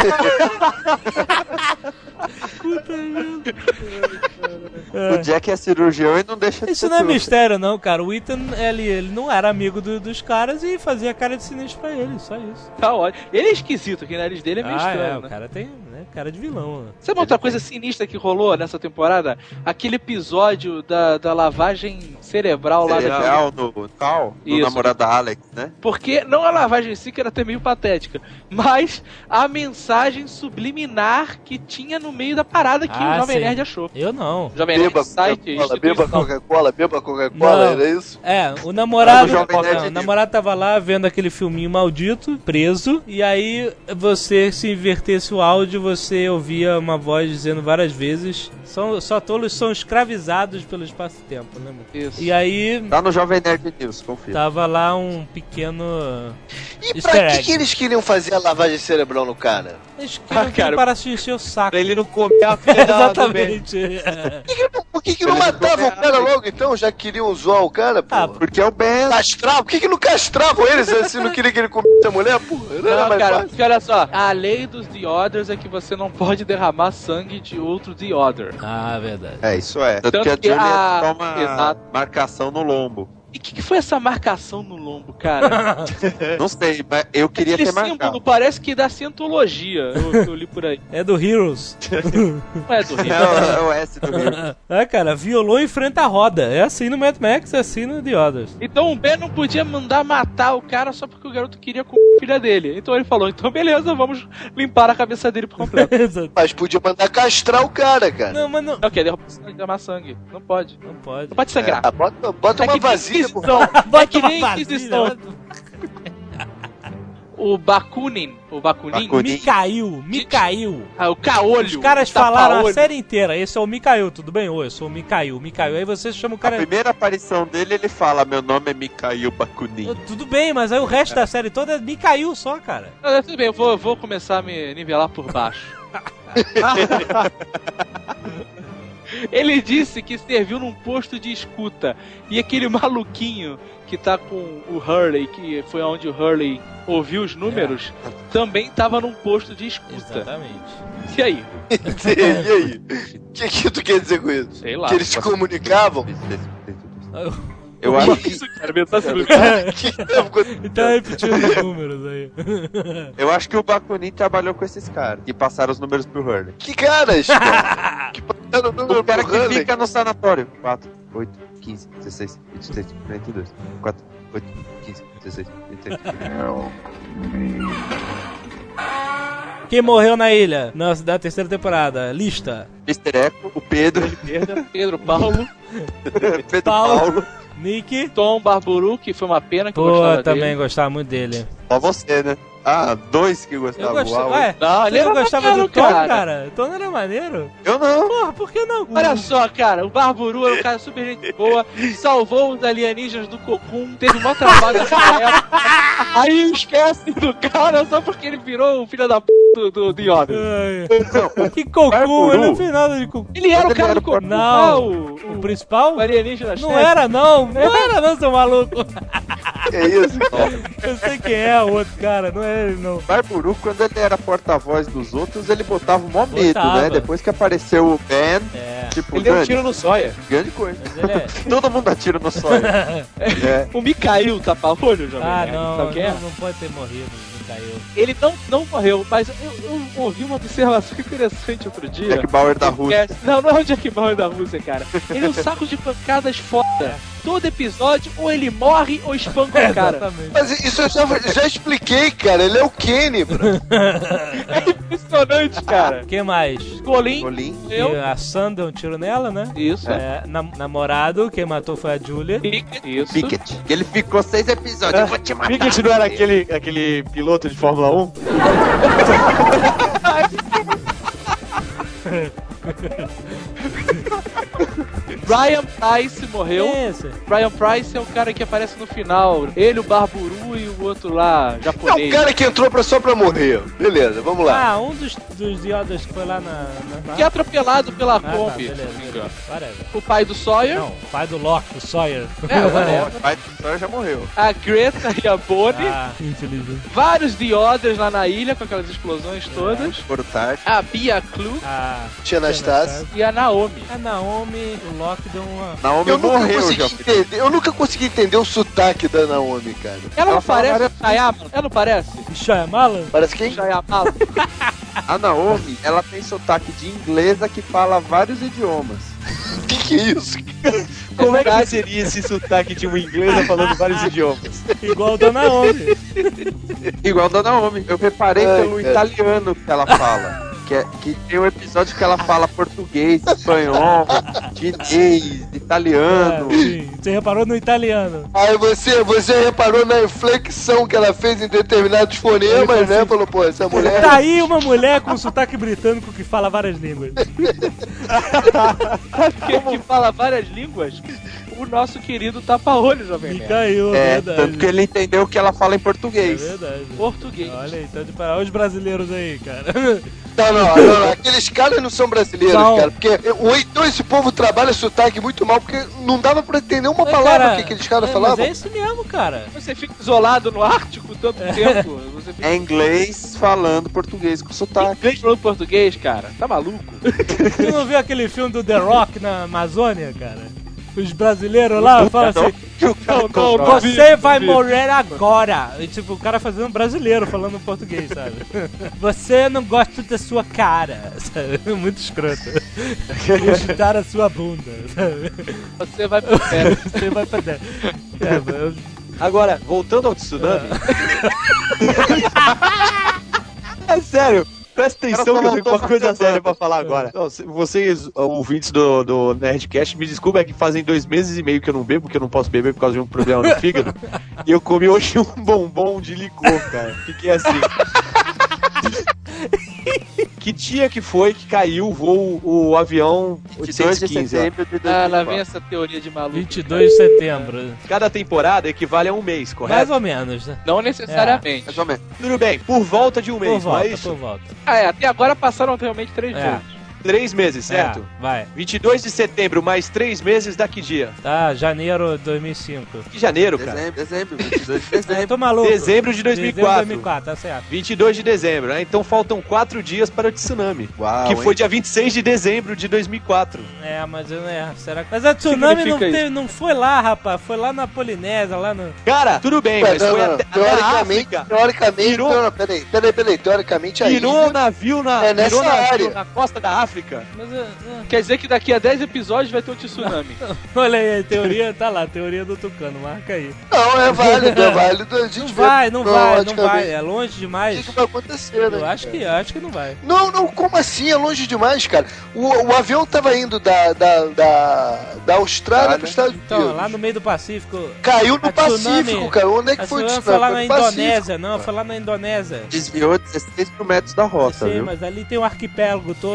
Speaker 5: O Jack é cirurgião e não deixa de
Speaker 2: Isso
Speaker 5: ser
Speaker 2: não é
Speaker 5: cirurgião.
Speaker 2: mistério, não, cara. O Ethan, ele não era amigo dos caras e fazia cara de sinistro pra ele, só isso.
Speaker 6: Tá ótimo. Ele é esquisito, que o nariz dele é meio estranho,
Speaker 2: o
Speaker 6: né?
Speaker 2: cara tem cara de vilão. Né?
Speaker 6: Sabe outra coisa sinistra que rolou nessa temporada? Aquele episódio da lavagem cerebral lá da...
Speaker 5: Cerebral no Cal, no
Speaker 6: Isso.
Speaker 5: namorado da Alex, né?
Speaker 6: Porque, não a lavagem em si, que era até meio patética, mas a mensagem subliminar que tinha no meio da parada que o Jovem
Speaker 2: sim.
Speaker 6: Nerd achou.
Speaker 2: Eu não.
Speaker 6: O Jovem Nerd
Speaker 3: Beba
Speaker 6: site,
Speaker 3: Coca-Cola, beba Coca-Cola,
Speaker 2: Não.
Speaker 3: era isso?
Speaker 2: O namorado.
Speaker 5: Ah, o Jovem Nerd
Speaker 2: o namorado tava lá vendo aquele filminho maldito, preso, e aí você, se invertesse o áudio, você ouvia uma voz dizendo várias vezes: só tolos são escravizados pelo espaço-tempo, né, mano?
Speaker 6: Isso.
Speaker 2: E aí
Speaker 5: Tá no Jovem Nerd News, confia.
Speaker 2: tava lá um pequeno.
Speaker 3: E
Speaker 2: Easter
Speaker 3: pra
Speaker 2: egg.
Speaker 3: que eles queriam fazer a lavagem cerebral no cara?
Speaker 2: Eles queriam
Speaker 6: cara,
Speaker 2: para se encher o saco.
Speaker 4: Pra ele não comer a filha do Ben.
Speaker 2: Exatamente.
Speaker 3: Por que não matavam o cara logo então? Já queriam zoar o cara, pô?
Speaker 5: Porque é o Ben.
Speaker 3: Castravam? Por que não castravam eles se não queria que ele comesse a mulher, pô?
Speaker 6: Não, cara, porque olha só, a lei dos The Others é que você não pode derramar sangue de outro The Other.
Speaker 2: Verdade.
Speaker 5: É, isso é. Tanto
Speaker 6: Tanto
Speaker 5: que a
Speaker 6: que
Speaker 5: Juliet toma
Speaker 6: Exato.
Speaker 5: marcação no lombo.
Speaker 6: E o que foi essa marcação no lombo, cara?
Speaker 5: Não sei, mas eu queria
Speaker 6: Aquele
Speaker 5: ter
Speaker 6: símbolo
Speaker 5: marcado.
Speaker 6: parece que da Cientologia, eu li por aí.
Speaker 2: É do Heroes.
Speaker 6: Não é do Rio.
Speaker 5: É o S do Rio.
Speaker 2: Cara, violou enfrenta a roda. É assim no Mad Max, é assim no The Others.
Speaker 6: Então o Ben não podia mandar matar o cara só porque o garoto queria comer a filha dele. Então ele falou, então beleza, vamos limpar a cabeça dele por completo.
Speaker 2: Exato.
Speaker 3: Mas podia mandar castrar o cara, cara.
Speaker 2: Não, mas não.
Speaker 6: Não, quer derramar sangue. Não pode.
Speaker 2: Não pode.
Speaker 6: Não pode sangrar.
Speaker 3: Ah, bota
Speaker 6: É
Speaker 3: uma
Speaker 6: que nem
Speaker 3: vasilha, pô.
Speaker 6: Inquisição. É que nem
Speaker 2: Uma
Speaker 6: Inquisição.
Speaker 2: vasilha.
Speaker 6: O Bakunin.
Speaker 2: Me caiu.
Speaker 6: Ah, o Caolho.
Speaker 2: Os caras
Speaker 6: Tá
Speaker 2: falaram
Speaker 6: Paolho.
Speaker 2: a série inteira. Esse é o Mikael, tudo bem? Oi, eu sou o Mikael. Aí você chama o
Speaker 5: A
Speaker 2: cara.
Speaker 5: primeira aparição dele, ele fala: meu nome é Mikhail Bakunin.
Speaker 2: Tudo bem, mas aí o resto da série toda é Mikael só, cara.
Speaker 6: Não, tudo bem, eu vou começar a me nivelar por baixo. Ele disse que serviu num posto de escuta. E aquele maluquinho que tá com o Hurley, que foi onde o Hurley ouviu os números, também tava num posto de escuta.
Speaker 2: Exatamente.
Speaker 6: E aí?
Speaker 3: E aí? O que tu quer dizer com isso?
Speaker 6: Sei lá.
Speaker 3: Que eles se comunicavam?
Speaker 5: Eu acho que,
Speaker 6: Isso, cara, mensagem subliminar.
Speaker 2: E tá repetindo os números aí.
Speaker 5: eu acho que o Bakunin trabalhou com esses caras que passaram os números pro Hurley.
Speaker 3: Que caras? Que passaram o número
Speaker 5: O cara
Speaker 3: pro
Speaker 5: que
Speaker 3: Hurley?
Speaker 5: fica no sanatório. 4, 8, 15, 16, 23, 42. 4, 8, 15, 16, 23.
Speaker 2: Quem morreu na ilha da terceira temporada? Lista.
Speaker 5: Mr. Echo, o Pedro,
Speaker 6: Pedro Paulo,
Speaker 5: Pedro
Speaker 2: Paulo.
Speaker 5: Paulo.
Speaker 2: Nick.
Speaker 6: Tom Barburu, que foi uma pena que eu
Speaker 2: Pô,
Speaker 6: gostava
Speaker 2: também
Speaker 6: dele.
Speaker 2: gostava muito dele.
Speaker 5: Só você, né? Ah, 2 que
Speaker 2: Eu
Speaker 5: gostavam.
Speaker 2: gostava.
Speaker 5: Uau.
Speaker 2: Ué,
Speaker 6: Não, ele
Speaker 2: você não
Speaker 6: era
Speaker 2: gostava
Speaker 6: bacana,
Speaker 2: do Tom, cara? Tom não era maneiro?
Speaker 5: Eu não.
Speaker 2: Porra, por que não?
Speaker 6: Olha só, cara, o Barburu era um cara super gente boa, salvou os alienígenas do Cocum, teve um maior trabalho nessa época. Aí esquece do cara só porque ele virou o filho da p do The Other.
Speaker 2: Ai. Que cocô, ele não fez nada de cocô.
Speaker 6: Ele era o cara do Cocum.
Speaker 2: Não.
Speaker 6: O
Speaker 2: O principal?
Speaker 6: alienígena
Speaker 2: Não era não, seu maluco.
Speaker 3: É isso?
Speaker 2: Eu sei quem é o outro cara, não é ele não.
Speaker 5: Barburu, quando ele era porta-voz dos outros, ele botava o maior medo,
Speaker 2: Botava.
Speaker 5: né? Depois que apareceu o Ben,
Speaker 2: É.
Speaker 5: tipo,
Speaker 4: Ele deu um
Speaker 5: grande,
Speaker 4: tiro no Sawyer.
Speaker 5: grande coisa.
Speaker 2: Mas ele é...
Speaker 5: Todo mundo atira no Sawyer. É.
Speaker 6: O Mikael tapa-olho, Jovem
Speaker 2: Ah,
Speaker 6: Nerd,
Speaker 2: não,
Speaker 6: sabe quem é?
Speaker 2: não pode ter morrido, não caiu.
Speaker 6: Ele não morreu, mas eu ouvi uma observação interessante outro dia.
Speaker 5: Jack Bauer da Rússia.
Speaker 6: Não é o Jack Bauer da Rússia, cara. Ele é um saco de pancadas foda. Todo episódio, ou ele morre ou espanca o cara.
Speaker 2: Exatamente.
Speaker 3: Mas isso eu já expliquei, cara. Ele é o Kenny, bro.
Speaker 6: É impressionante, cara.
Speaker 2: Quem mais?
Speaker 6: Golim,
Speaker 5: Golim.
Speaker 6: eu.
Speaker 2: E a Sam deu um tiro nela, né?
Speaker 6: Isso.
Speaker 2: Namorado, quem matou foi a Julia.
Speaker 6: Isso.
Speaker 5: Pickett. Ele ficou 6 episódios. Eu vou te matar.
Speaker 4: Pickett não era aquele piloto de Fórmula 1?
Speaker 6: Brian Price morreu.
Speaker 2: Quem é esse?
Speaker 6: Brian Price é o cara que aparece no final. Ele, o Barburu e o outro lá,
Speaker 3: É o
Speaker 6: japonês.
Speaker 3: cara que entrou só pra morrer. Beleza, vamos lá.
Speaker 2: Ah, um dos Yodas que foi lá na...
Speaker 6: Que é atropelado pela
Speaker 2: tá,
Speaker 6: Kombi.
Speaker 2: beleza, beleza. Whatever.
Speaker 6: O pai do Sawyer.
Speaker 2: Não, o pai do Loki, o Sawyer.
Speaker 6: É, whatever.
Speaker 5: O pai do Sawyer já morreu.
Speaker 6: A Greta e a Bonnie.
Speaker 2: Ah, infelizmente.
Speaker 6: Vários Yodas lá na ilha com aquelas explosões todas.
Speaker 5: Por tarde.
Speaker 6: A Bia Clue
Speaker 2: A
Speaker 3: Tia Anastácia.
Speaker 6: e a Naomi.
Speaker 2: A Naomi, o Loki deu uma...
Speaker 5: Naomi
Speaker 3: Eu nunca consegui entender o sotaque da Naomi, cara.
Speaker 6: Ela não
Speaker 5: fala
Speaker 6: parece
Speaker 5: várias-
Speaker 6: Shyamalan? Ela não parece?
Speaker 2: Shyamalan?
Speaker 3: Parece quem?
Speaker 6: Shyamalan.
Speaker 5: A Naomi, ela tem sotaque de inglesa que fala vários idiomas.
Speaker 3: O que é isso?
Speaker 4: Como é que seria esse sotaque de uma inglesa falando vários idiomas?
Speaker 2: Igual da Naomi.
Speaker 5: Igual da Naomi. Eu reparei
Speaker 3: Ai,
Speaker 5: pelo
Speaker 3: cara.
Speaker 5: italiano que ela fala. Que tem um episódio que ela fala português, espanhol, chinês, italiano.
Speaker 2: Sim, você reparou no italiano.
Speaker 3: Aí você reparou na inflexão que ela fez em determinados fonemas, né? Falou, pô, essa mulher...
Speaker 2: Tá aí uma mulher com sotaque britânico que fala várias línguas.
Speaker 6: Que fala várias línguas. O nosso querido tapa-olho, Jovem
Speaker 2: Me
Speaker 6: Nerd.
Speaker 2: caiu,
Speaker 5: É,
Speaker 2: verdade.
Speaker 5: tanto que ele entendeu que ela fala em
Speaker 2: É
Speaker 5: português.
Speaker 2: verdade.
Speaker 6: Português.
Speaker 2: Olha aí, então de parar. Olha os brasileiros aí, cara.
Speaker 3: Não, aqueles caras não são brasileiros,
Speaker 2: Não.
Speaker 3: cara. Porque, ou então esse povo trabalha sotaque muito mal, porque não dava pra entender uma
Speaker 2: Mas,
Speaker 3: palavra
Speaker 2: cara,
Speaker 3: que aqueles caras
Speaker 2: Mas
Speaker 3: falavam.
Speaker 2: é isso mesmo, cara.
Speaker 6: Você fica isolado no Ártico tanto tempo. Você fica
Speaker 5: É inglês falando português com sotaque.
Speaker 6: inglês falando português, cara. Tá maluco?
Speaker 2: Você não viu aquele filme do The Rock na Amazônia, cara? Os brasileiros lá falam assim,
Speaker 6: Não,
Speaker 2: você vai morrer agora. E, tipo, o cara fazendo brasileiro, falando português, sabe? Você não gosta da sua cara, sabe? Muito escroto. Vou chutar a sua bunda, sabe?
Speaker 6: Você vai pro pé.
Speaker 2: Você vai pra dentro. É, mas
Speaker 4: Agora, voltando ao tsunami. É sério. Presta atenção que eu tenho uma coisa séria pra falar agora. Não, vocês, ouvintes do Nerdcast, me desculpem, é que fazem 2 meses e meio que eu não bebo, porque eu não posso beber por causa de um problema no fígado. E eu comi hoje um bombom de licor, cara. Fiquei assim. Que dia que foi que caiu o avião
Speaker 5: 22 de
Speaker 4: 815 lá?
Speaker 5: setembro de
Speaker 6: Ah, lá
Speaker 5: 2004.
Speaker 6: vem essa teoria de maluco.
Speaker 2: 22 de setembro.
Speaker 4: Cada temporada equivale a um mês,
Speaker 2: Mais
Speaker 4: correto?
Speaker 2: ou menos, né?
Speaker 6: Não necessariamente.
Speaker 5: Mais ou menos.
Speaker 4: Tudo bem, por volta de um
Speaker 2: Por
Speaker 4: mês, não é
Speaker 2: volta,
Speaker 4: isso?
Speaker 2: por volta.
Speaker 6: Ah, é, até agora passaram realmente 3
Speaker 2: É.
Speaker 6: vezes.
Speaker 4: 3 meses, certo?
Speaker 2: É, vai.
Speaker 4: 22 de setembro mais 3 meses, dá que dia?
Speaker 2: Tá, janeiro de 2005.
Speaker 4: Que janeiro, cara?
Speaker 5: Dezembro, 22 de
Speaker 2: Eu
Speaker 5: dezembro.
Speaker 2: tô maluco.
Speaker 4: Dezembro de 2004.
Speaker 2: Dezembro de 2004, tá certo.
Speaker 4: 22 de dezembro, né? Então faltam 4 dias para o tsunami.
Speaker 5: Uau,
Speaker 4: Que
Speaker 5: hein?
Speaker 4: foi dia 26 de dezembro de 2004.
Speaker 2: É, mas eu não é. Será que. Mas a tsunami não,
Speaker 6: Significa
Speaker 2: teve, não foi lá, rapaz. Foi lá na Polinésia, lá no.
Speaker 4: Cara, tudo bem,
Speaker 3: Ué,
Speaker 4: mas
Speaker 3: não,
Speaker 4: foi
Speaker 3: não,
Speaker 4: até
Speaker 3: teoricamente,
Speaker 4: a África.
Speaker 3: teoricamente,
Speaker 4: Virou-
Speaker 3: não, peraí, teoricamente a
Speaker 4: Virou
Speaker 3: ilha
Speaker 4: navio na,
Speaker 3: é nessa
Speaker 4: virou navio
Speaker 3: área.
Speaker 4: na costa da África.
Speaker 2: Mas,
Speaker 6: Quer dizer que daqui a 10 episódios vai ter um tsunami.
Speaker 2: olha aí, a teoria tá lá, a teoria do Tucano, marca aí.
Speaker 3: Não, é válido, a gente
Speaker 2: Não
Speaker 3: vê
Speaker 2: vai, não vai, não
Speaker 3: logicamente
Speaker 2: vai. É longe
Speaker 3: O
Speaker 2: demais.
Speaker 3: que vai acontecer, né?
Speaker 2: Eu acho que não vai.
Speaker 3: Não, como assim? É longe demais, cara. O avião tava indo da Austrália para os Estados
Speaker 2: Então,
Speaker 3: Unidos.
Speaker 2: lá no meio do Pacífico.
Speaker 3: Caiu no
Speaker 2: a tsunami-
Speaker 3: Pacífico, cara. Onde é que
Speaker 2: A
Speaker 3: foi o
Speaker 2: tsunami
Speaker 3: tsunami?
Speaker 2: foi lá na
Speaker 3: No Pacífico.
Speaker 2: Indonésia, não, foi lá na Indonésia.
Speaker 5: Desviou 16 km da rota,
Speaker 2: Sim,
Speaker 5: viu?
Speaker 2: mas ali tem o arquipélago todo da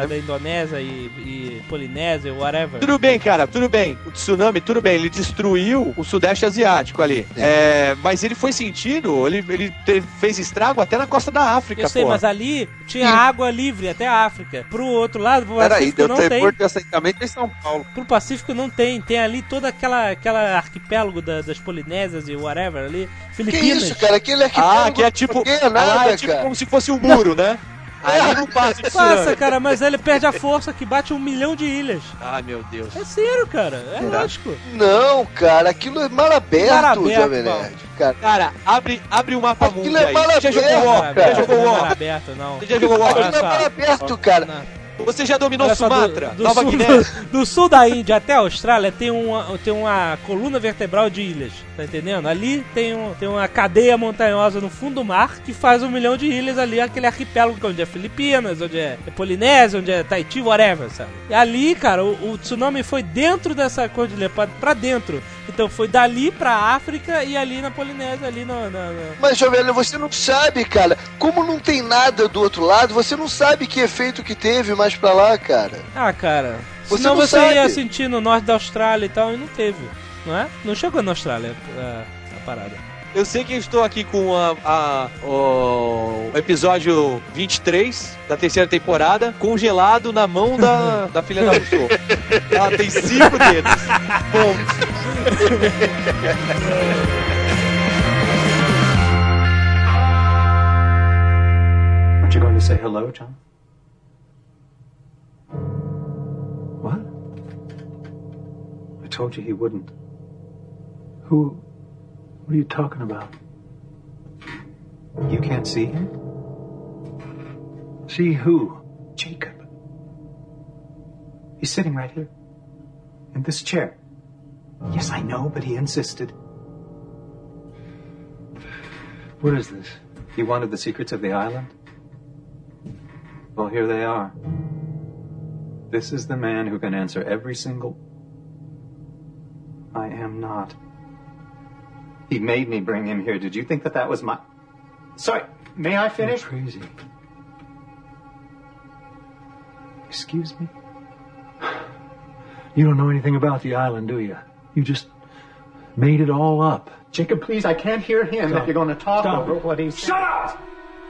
Speaker 2: da Indonésia e Polinésia, whatever.
Speaker 4: Tudo bem, cara, tudo bem. O tsunami, tudo bem, ele destruiu o Sudeste Asiático ali. Mas ele foi sentido, ele fez estrago até na costa da África,
Speaker 2: Eu sei, mas ali tinha água livre até a África. Pro outro lado, pro Pacífico não tem.
Speaker 5: Porto de assentamento em São Paulo.
Speaker 2: Pro Pacífico não tem. Tem ali toda aquela arquipélago das Polinésias e whatever ali. Filipinas.
Speaker 3: Que isso, cara? Aquele arquipélago
Speaker 4: que é tipo,
Speaker 3: não é nada,
Speaker 4: é tipo
Speaker 3: cara.
Speaker 4: como se fosse um muro, né? Aí não passa isso.
Speaker 2: Passa, cara, mas ele perde a força que bate 1 milhão de ilhas.
Speaker 4: Ai, meu Deus.
Speaker 2: É sério, cara. É lógico.
Speaker 3: Não, cara, aquilo é mar aberto, Jovem Nerd.
Speaker 4: Cara, abre o mapa mundo aí.
Speaker 3: Você já jogou War,
Speaker 2: cara?
Speaker 3: já jogou War.
Speaker 2: Aberto, não.
Speaker 4: Você já jogou War?
Speaker 3: Aquilo é mar aberto, cara.
Speaker 4: Você já dominou Sumatra,
Speaker 2: do
Speaker 4: Nova
Speaker 2: sul,
Speaker 4: Guiné?
Speaker 2: Do sul da Índia até a Austrália tem uma coluna vertebral de ilhas, tá entendendo? Ali tem uma cadeia montanhosa no fundo do mar que faz 1 milhão de ilhas ali, aquele arquipélago onde é Filipinas, onde é Polinésia, onde é Tahiti, whatever, sabe? E ali, cara, o tsunami foi dentro dessa cordilheira, pra dentro. Então foi dali pra África e ali na Polinésia, ali
Speaker 3: Mas, Jovem, você não sabe, cara. Como não tem nada do outro lado, você não sabe que efeito que teve mais pra lá, cara.
Speaker 2: Ah, cara.
Speaker 3: Você
Speaker 2: Senão
Speaker 3: não
Speaker 2: você
Speaker 3: sabe.
Speaker 2: ia sentir no norte da Austrália e tal, e não teve, não é? Não chegou na Austrália a parada.
Speaker 4: Eu sei que eu estou aqui com o episódio 23 da terceira temporada, congelado na mão da filha da Rousseau. Ela tem 5 dedos. Ponto.
Speaker 8: Aren't you going to say hello, John? What? I told you he wouldn't. What are you talking about? You can't see him? See who? Jacob. He's sitting right here. In this chair. Yes, I know, but he insisted. What is this? He wanted the secrets of the island? Well, here they are. This is the man who can answer every single... I am not. He made me bring him here. Did you think that was my... Sorry, may I finish? You're crazy. Excuse me? You don't know anything about the island, do you? You just made it all up. Jacob, please, I can't hear him if you're going to talk over what he's saying. Shut up!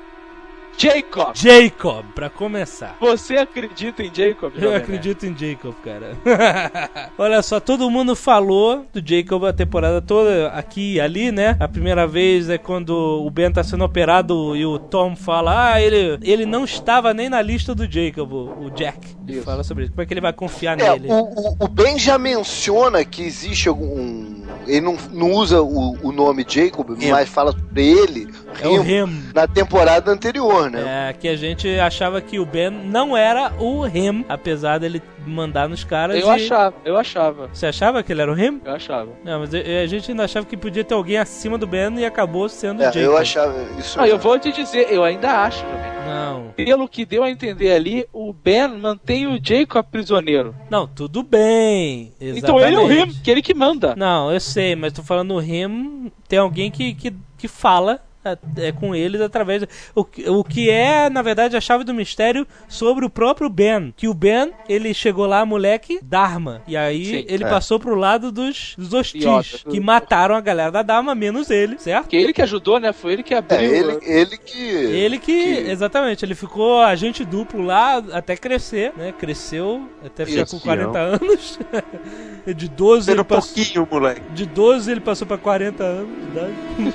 Speaker 2: Jacob, pra começar.
Speaker 6: Você acredita em Jacob?
Speaker 2: Eu acredito em Jacob, cara. Olha só, todo mundo falou do Jacob a temporada toda, aqui e ali, né? A primeira vez é quando o Ben tá sendo operado e o Tom fala, ele não estava nem na lista do Jacob, o Jack. Ele fala sobre isso. Como é que ele vai confiar nele?
Speaker 3: O Ben já menciona que existe algum... Ele não usa o nome Jacob, mas fala sobre ele
Speaker 2: o Him
Speaker 3: na temporada anterior, né?
Speaker 2: É, que a gente achava que o Ben não era o Him, apesar dele mandar nos caras.
Speaker 6: Eu achava.
Speaker 2: Você achava que ele era o Him?
Speaker 6: Eu achava.
Speaker 2: Não, mas a gente ainda achava que podia ter alguém acima do Ben e acabou sendo o Jacob.
Speaker 3: Eu achava isso.
Speaker 6: Eu vou te dizer, eu ainda acho, Jovem.
Speaker 2: Não.
Speaker 6: Pelo que deu a entender ali, o Ben mantém o Jacob prisioneiro.
Speaker 2: Não, tudo bem. Exatamente.
Speaker 6: Então ele é o Him, que ele que manda.
Speaker 2: Não, eu sei, mas tô falando o Him, tem alguém que fala com eles através o que é, na verdade, a chave do mistério sobre o próprio Ben, que o Ben, ele chegou lá, moleque, Dharma, e aí ele passou pro lado dos hostis, que mataram a galera da Dharma, menos ele, certo?
Speaker 6: Que ele que ajudou, né? Foi ele que abriu.
Speaker 3: Ele que...
Speaker 2: Exatamente, ele ficou agente duplo lá até crescer, né? Cresceu até ficar com 40 anos. De 12 ele passou...
Speaker 5: pouquinho, moleque.
Speaker 2: De 12 ele passou pra 40 anos de idade.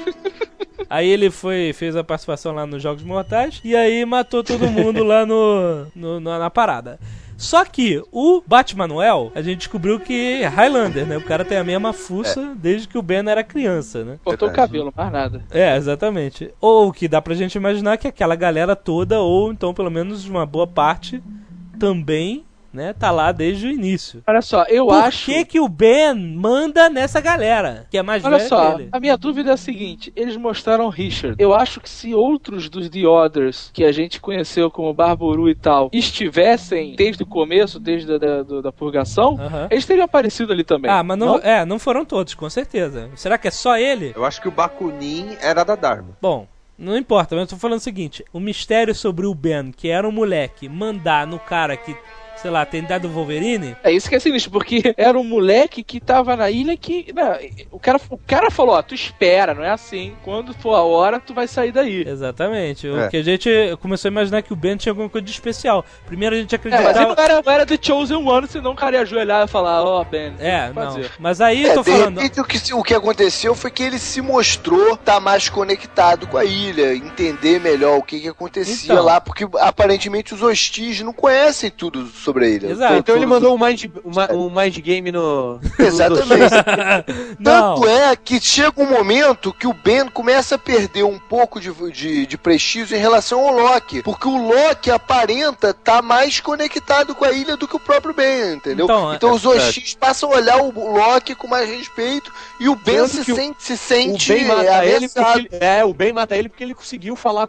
Speaker 2: Aí ele fez a participação lá nos Jogos Mortais e aí matou todo mundo lá na parada. Só que o Batmanuel, a gente descobriu que é Highlander, né? O cara tem a mesma fuça desde que o Ben era criança, né?
Speaker 6: Cortou o cabelo, mais nada.
Speaker 2: É, exatamente. Ou o que dá pra gente imaginar que aquela galera toda, ou então pelo menos uma boa parte, também... né, tá lá desde o início.
Speaker 6: Olha só, eu acho...
Speaker 2: Por que o Ben manda nessa galera, que é mais velha que ele?
Speaker 6: A minha dúvida é a seguinte, eles mostraram Richard. Eu acho que se outros dos The Others, que a gente conheceu como Barboru e tal, estivessem desde o começo, desde da purgação, eles teriam aparecido ali também.
Speaker 2: Ah, mas não foram todos, com certeza. Será que é só ele?
Speaker 5: Eu acho que o Bakunin era da Dharma.
Speaker 2: Bom, Não importa, mas eu tô falando o seguinte: o mistério sobre o Ben, que era um moleque, mandar no cara que, sei lá, tem dado o Wolverine.
Speaker 6: É isso que é sinistro, porque era um moleque que tava na ilha que... Não, o cara falou, ó, tu espera, não é assim. Quando for a hora, tu vai sair daí.
Speaker 2: Exatamente. O que a gente começou a imaginar que o Ben tinha alguma coisa de especial. Primeiro a gente acreditava...
Speaker 6: mas ele não era The Chosen One, senão o cara ia ajoelhar e falar, ó, Ben,
Speaker 2: não. Mas aí eu tô falando...
Speaker 3: De repente, o que aconteceu foi que ele se mostrou estar mais conectado com a ilha, entender melhor o que acontecia lá, porque aparentemente os hostis não conhecem tudo sobre a ilha.
Speaker 2: Exato.
Speaker 4: Então ele mandou um mind game no...
Speaker 3: Exatamente. Tanto é que chega um momento que o Ben começa a perder um pouco de prestígio em relação ao Loki, porque o Loki aparenta estar mais conectado com a ilha do que o próprio Ben, entendeu? Então os hostis passam a olhar o Loki com mais respeito e o Ben se sente
Speaker 4: o Ben mata ele porque o Ben mata ele porque ele conseguiu falar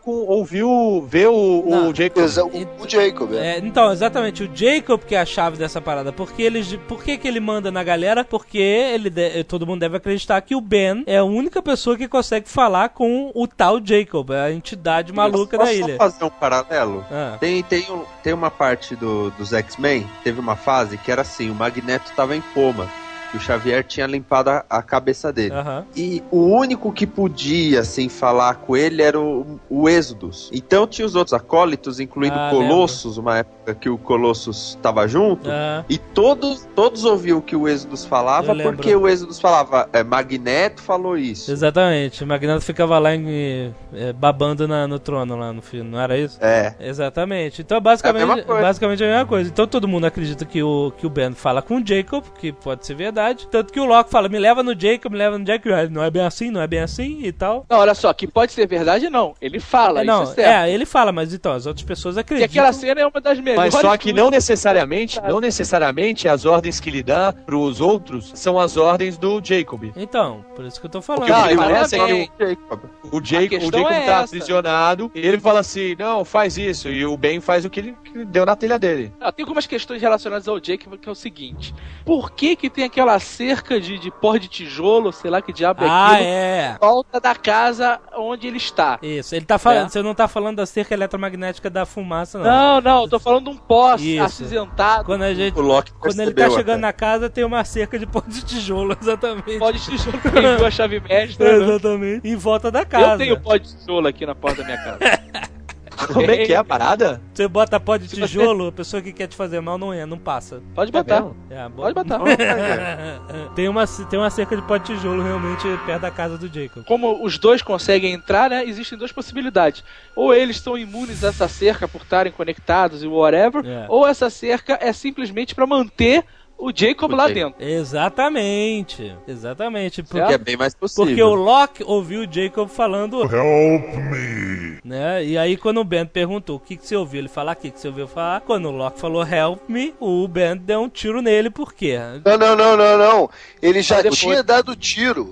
Speaker 4: ver o Jacob.
Speaker 3: O Jacob,
Speaker 2: Então, exatamente, o Jacob que é a chave dessa parada. Por que ele manda na galera? Porque todo mundo deve acreditar que o Ben é a única pessoa que consegue falar com o tal Jacob, a entidade maluca da ilha.
Speaker 5: Posso fazer um paralelo? Tem uma parte dos X-Men, teve uma fase que era assim, o Magneto tava em coma. O Xavier tinha limpado a cabeça dele. E o único que podia, assim, falar com ele era o Êxodos. Então tinha os outros acólitos, incluindo o Colossus, uma época que o Colossus estava junto, e todos ouviam o que o Êxodos falava, porque o Êxodos falava, Magneto falou isso.
Speaker 2: Exatamente, o Magneto ficava lá babando no trono lá no filme, não era isso? Exatamente, então basicamente a mesma coisa. Então todo mundo acredita que o Ben fala com o Jacob, que pode ser verdade, tanto que o Loki fala, me leva no Jacob, não é bem assim e tal.
Speaker 6: Não, olha só, que pode ser verdade não, ele fala, isso é certo.
Speaker 2: Ele fala, mas então, as outras pessoas acreditam.
Speaker 6: E aquela cena é uma das melhores.
Speaker 4: Mas só que não necessariamente as ordens que ele dá pros outros são as ordens do Jacob.
Speaker 2: Então, por isso que eu tô falando.
Speaker 4: O Jacob tá aprisionado, e ele fala assim, não, faz isso, e o Ben faz o que ele deu na telha dele.
Speaker 6: Tem algumas questões relacionadas ao Jacob, que é o seguinte, por que tem aquela cerca de pó de tijolo, sei lá que diabo é aquilo, em volta da casa onde ele está?
Speaker 2: Isso, ele tá falando, você não tá falando da cerca eletromagnética da fumaça, não.
Speaker 6: Não, tô falando de um pó acinzentado.
Speaker 2: Quando ele tá chegando na casa, tem uma cerca de pó de tijolo, exatamente.
Speaker 6: Pó de tijolo que viu a chave mestra.
Speaker 2: Exatamente. Em volta da casa.
Speaker 6: Eu tenho pó de tijolo aqui na porta da minha casa.
Speaker 4: Como é que é a parada?
Speaker 2: Você bota pó de tijolo, a pessoa que quer te fazer mal não passa.
Speaker 6: Pode botar.
Speaker 2: Pode botar. Tem uma cerca de pó de tijolo realmente perto da casa do Jacob.
Speaker 6: Como os dois conseguem entrar, né? Existem duas possibilidades. Ou eles são imunes a essa cerca por estarem conectados e whatever, ou essa cerca é simplesmente pra manter o Jacob lá dentro.
Speaker 2: Exatamente.
Speaker 5: Porque é bem mais possível.
Speaker 2: Porque o Loki ouviu o Jacob falando
Speaker 1: Help me.
Speaker 2: Né? E aí quando o Ben perguntou o que você ouviu ele falar, o que você ouviu falar, quando o Loki falou help me, o Ben deu um tiro nele, por quê?
Speaker 3: Não. Ele já tinha dado tiro.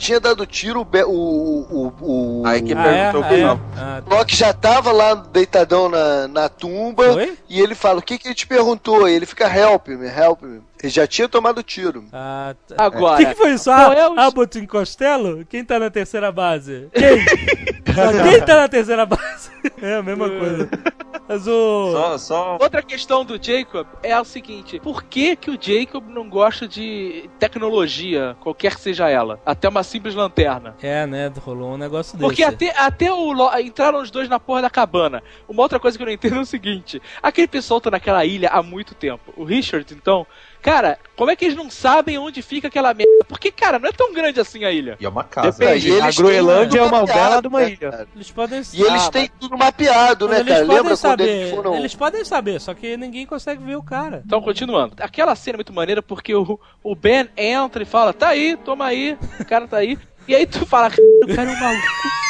Speaker 5: Aí que perguntou
Speaker 3: o Loki já tava lá deitadão na tumba.
Speaker 2: Foi?
Speaker 3: E ele fala, o que ele te perguntou? E ele fica help me. Ele já tinha tomado tiro.
Speaker 6: Agora.
Speaker 2: O que foi isso? Abbott em Costello? Quem tá na terceira base? Quem tá na terceira base? É a mesma coisa. Mas
Speaker 6: Só... Outra questão do Jacob é o seguinte: por que o Jacob não gosta de tecnologia, qualquer que seja ela? Até uma simples lanterna.
Speaker 2: Né? Rolou um negócio desse.
Speaker 6: Porque até entraram os dois na porra da cabana. Uma outra coisa que eu não entendo é o seguinte: aquele pessoal tá naquela ilha há muito tempo. O Richard, então... Cara, como é que eles não sabem onde fica aquela merda? Porque, cara, não é tão grande assim a ilha.
Speaker 5: E é uma casa.
Speaker 4: Depende, a Groenlândia é uma bela de uma ilha.
Speaker 3: Eles têm tudo mapeado, né, cara? Lembra quando eles foram...
Speaker 2: Eles podem saber, só que ninguém consegue ver o cara.
Speaker 6: Então, continuando. Aquela cena é muito maneira porque o Ben entra e fala, tá aí, toma aí, o cara tá aí. E aí tu fala, o cara é um maluco.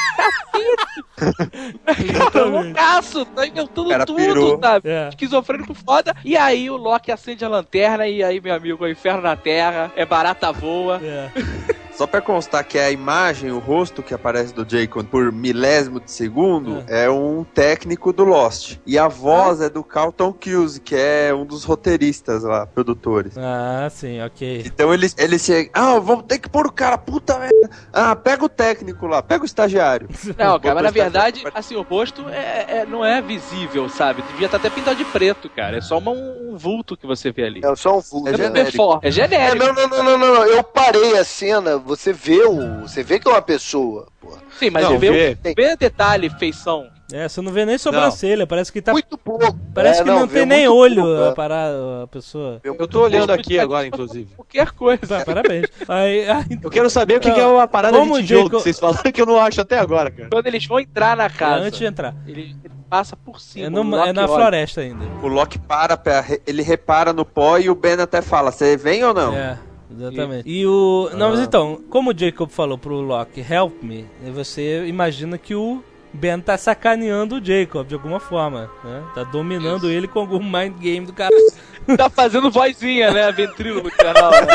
Speaker 6: Loucaço, tá inventando tudo, sabe? Esquizofrênico foda. E aí o Loki acende a lanterna e aí, meu amigo, é o inferno na terra, é barata voa.
Speaker 5: Só pra constar que a imagem, o rosto que aparece do Jacob por milésimo de segundo é um técnico do Lost. E a voz é do Carlton Cuse, que é um dos roteiristas lá, produtores.
Speaker 2: Ah, sim, ok.
Speaker 5: Então eles chegam, vamos ter que pôr o cara, puta merda. Pega o técnico lá, pega o estagiário.
Speaker 6: Não, cara, mas na verdade, assim, o rosto não é visível, sabe? Devia estar até pintado de preto, cara. É só um vulto que você vê ali.
Speaker 3: É só um vulto.
Speaker 6: É genérico. É genérico.
Speaker 3: Não. Eu parei a cena, você vê que é uma pessoa, pô.
Speaker 6: Sim, mas você vê detalhe, feição.
Speaker 2: Você não vê nem sobrancelha, parece que tá...
Speaker 3: Muito pouco.
Speaker 2: Parece que não tem nem olho a pessoa.
Speaker 4: Eu tô olhando aqui agora, inclusive.
Speaker 6: Qualquer coisa.
Speaker 2: Parabéns.
Speaker 4: Eu quero saber o que é uma parada de tijolo que vocês falaram que eu não acho até agora, cara.
Speaker 6: Quando eles vão entrar na casa.
Speaker 2: Antes de entrar.
Speaker 6: Ele passa por cima.
Speaker 2: É na floresta ainda.
Speaker 5: O Locke ele repara no pó e o Ben até fala, você vem ou não?
Speaker 2: Exatamente. E o... Não, mas então, como o Jacob falou pro Locke, help me, você imagina que o Ben tá sacaneando o Jacob de alguma forma, né? Tá dominando ele com algum mind game do cara.
Speaker 6: Tá fazendo vozinha, né? Ventríloco do canal, né?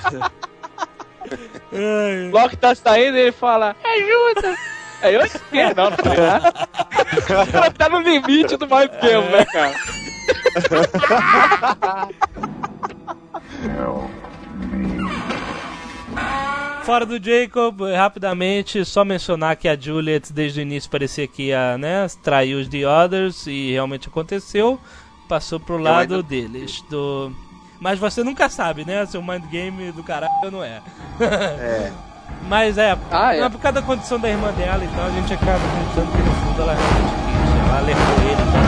Speaker 6: Locke tá saindo e ele fala, ajuda! Aí eu esqueci, não foi nada. O cara tá no limite do mind game, né, cara?
Speaker 2: Fora do Jacob, rapidamente, só mencionar que a Juliet desde o início parecia que ia, né, trair os The Others, e realmente aconteceu, passou pro lado deles. Mas você nunca sabe, né, se o mind game do caralho não é. Mas por causa da condição da irmã dela, então a gente acaba acreditando que no fundo ela realmente quis. Ela alertou ele pra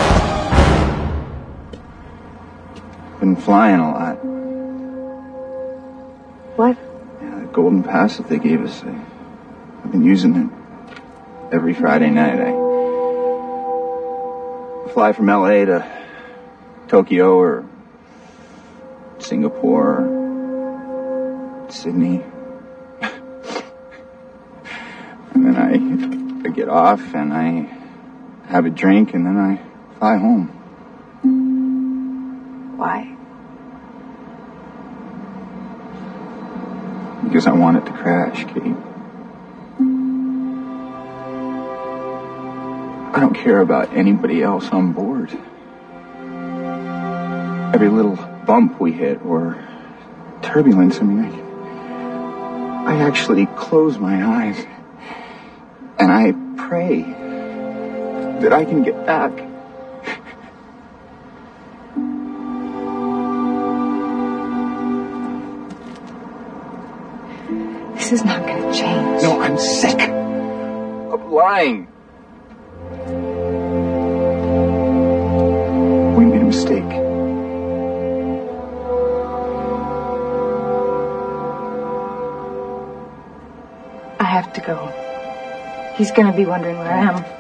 Speaker 2: cá.
Speaker 9: Been flying a lot.
Speaker 10: What?
Speaker 9: The golden pass that they gave us, I've been using it every Friday night. I fly from LA to Tokyo or Singapore or Sydney. And then I get off and I have a drink and then I fly home.
Speaker 10: Why?
Speaker 9: Because I want it to crash, Kate. I don't care about anybody else on board. Every little bump we hit or turbulence, I actually close my eyes and I pray that I can get back.
Speaker 10: This is not going to change.
Speaker 9: No, I'm sick of lying. We made a mistake.
Speaker 10: I have to go. He's going to be wondering where I am.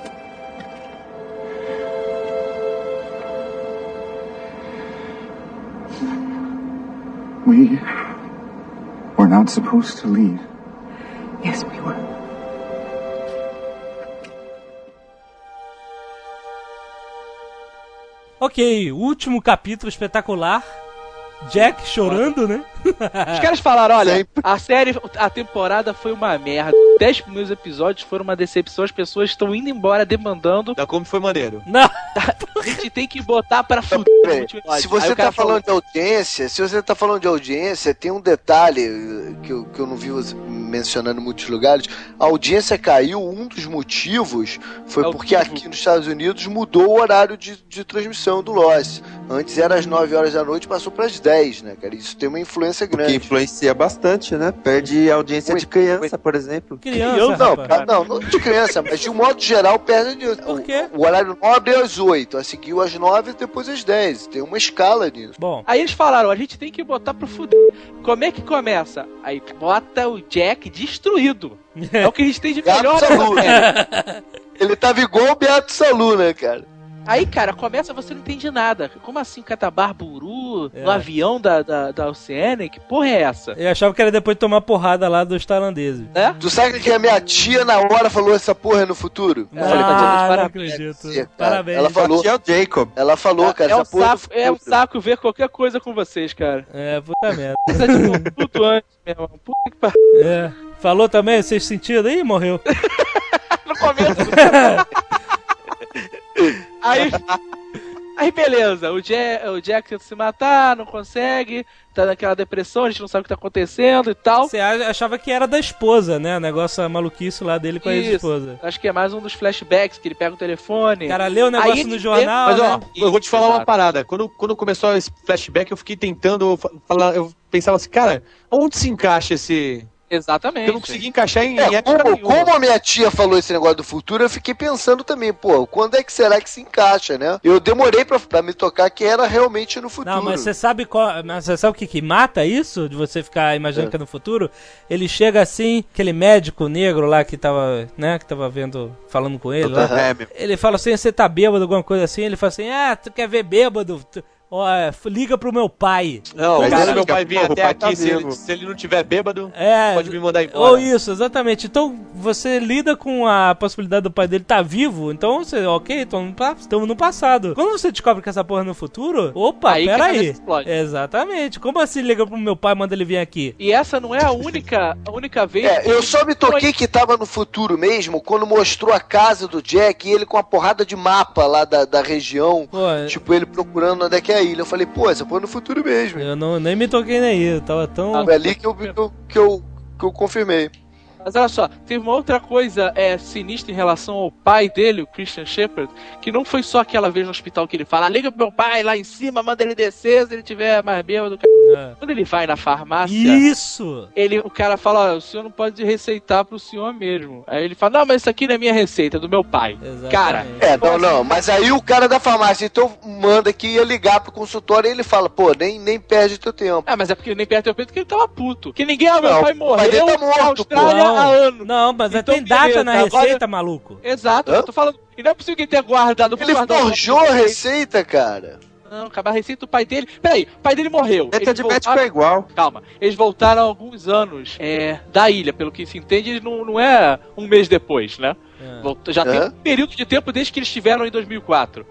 Speaker 9: We're not supposed to leave.
Speaker 10: Yes, we were.
Speaker 2: Ok, último capítulo espetacular. Jack chorando, né?
Speaker 6: Os caras falaram, olha, a temporada foi uma merda. 10 primeiros episódios foram uma decepção. As pessoas estão indo embora demandando.
Speaker 4: Da como foi maneiro.
Speaker 2: Não.
Speaker 6: A gente tem que botar pra fuder.
Speaker 3: Se você tá falando de audiência, tem um detalhe que eu não vi mencionando em muitos lugares. A audiência caiu, um dos motivos foi porque aqui nos Estados Unidos mudou o horário de transmissão do Lost. Antes era às 9 horas da noite, passou para as 10, né, cara? Isso tem uma influência grande.
Speaker 5: Que influencia bastante, né? Perde audiência de criança, por exemplo.
Speaker 3: Não de criança, mas de um modo geral perde de...
Speaker 2: Por quê?
Speaker 3: O horário nobre é às 8, a seguir às 9 e depois às 10. Tem uma escala nisso.
Speaker 2: Bom.
Speaker 6: Aí eles falaram, a gente tem que botar pro fuder. Como é que começa? Aí bota o Jack destruído. É o que a gente tem de melhor.
Speaker 3: Ele tava igual o Beato Salu, né, cara?
Speaker 6: Aí, cara, começa, você não entende nada. Como assim, Catabar Buru, no avião da Oceanic? Que porra é essa?
Speaker 2: Eu achava que era depois de tomar porrada lá dos tailandeses.
Speaker 3: Tu sabe que a minha tia na hora falou essa porra no futuro?
Speaker 2: Não acredito. Parabéns.
Speaker 3: Ela falou.
Speaker 5: Tia Jacob.
Speaker 3: Ela falou, cara, essa porra
Speaker 6: é um saco ver qualquer coisa com vocês, cara.
Speaker 2: Puta merda.
Speaker 6: Isso é tipo tudo antes, meu irmão. Puta que pariu.
Speaker 2: Falou também, vocês sentiram? Ih, morreu.
Speaker 6: No começo. Aí beleza, o Jack tenta se matar, não consegue, tá naquela depressão, a gente não sabe o que tá acontecendo e tal.
Speaker 2: Você achava que era da esposa, né? O negócio maluquice lá dele com a ex-esposa.
Speaker 6: Acho que é mais um dos flashbacks, que ele pega o telefone.
Speaker 2: O cara lê o negócio no jornal,
Speaker 4: Mas ó,
Speaker 2: né?
Speaker 4: eu vou te falar uma parada. Quando começou esse flashback, eu fiquei tentando falar, eu pensava assim, cara, onde se encaixa esse...
Speaker 6: Exatamente.
Speaker 4: Eu não consegui encaixar em
Speaker 3: como a minha tia falou esse negócio do futuro, eu fiquei pensando também, pô, quando é que será que se encaixa, né? Eu demorei pra me tocar que era realmente no futuro.
Speaker 2: Não, mas você sabe o que mata isso? De você ficar imaginando que é no futuro? Ele chega assim, aquele médico negro lá que tava, né, que tava falando com ele lá. Ele fala assim, você tá bêbado, alguma coisa assim? Ele fala assim, tu quer ver bêbado? Liga pro meu pai.
Speaker 4: Não, cara, meu pai vinha até aqui, se ele não tiver bêbado, pode me mandar embora.
Speaker 2: Ou isso, exatamente. Então, você lida com a possibilidade do pai dele estar vivo, então você, estamos no passado. Quando você descobre que essa porra é no futuro, opa, peraí. Exatamente. Como assim liga pro meu pai e manda ele vir aqui?
Speaker 6: E essa não é a única vez...
Speaker 3: eu só me toquei que tava no futuro mesmo, quando mostrou a casa do Jack e ele com uma porrada de mapa lá da região, tipo, ele procurando onde é que é ilha. Eu falei, pô, essa porra é no futuro mesmo.
Speaker 2: Eu nem me toquei nem eu tava tão...
Speaker 3: Foi ali que eu confirmei.
Speaker 6: Mas olha só, teve uma outra coisa sinistra em relação ao pai dele, o Christian Shepherd, que não foi só aquela vez no hospital que ele fala, liga pro meu pai lá em cima, manda ele descer se ele tiver mais bêbado. Quando ele vai na farmácia...
Speaker 2: Isso!
Speaker 6: O cara fala, o senhor não pode receitar pro senhor mesmo. Aí ele fala, não, mas isso aqui não é minha receita, é do meu pai.
Speaker 2: Exatamente.
Speaker 6: Cara...
Speaker 3: não, mas aí o cara da farmácia então manda que ia ligar pro consultório e ele fala, pô, nem perde teu tempo.
Speaker 6: Mas é porque ele nem perde teu tempo porque ele tava puto. Que ninguém, meu pai morreu,
Speaker 3: ele tá morto,
Speaker 6: Austrália há anos.
Speaker 2: Não, mas
Speaker 6: então,
Speaker 2: tem data na receita, maluco.
Speaker 6: Exato, eu tô falando. E não é possível que ele tenha guardado.
Speaker 3: Ele forjou a receita, cara.
Speaker 6: Não, a receita do pai dele... Peraí, o pai dele morreu.
Speaker 5: Letra de médico é igual.
Speaker 6: Calma. Eles voltaram há alguns anos da ilha, pelo que se entende, ele não é um mês depois, né? Já tem um período de tempo desde que eles estiveram em 2004.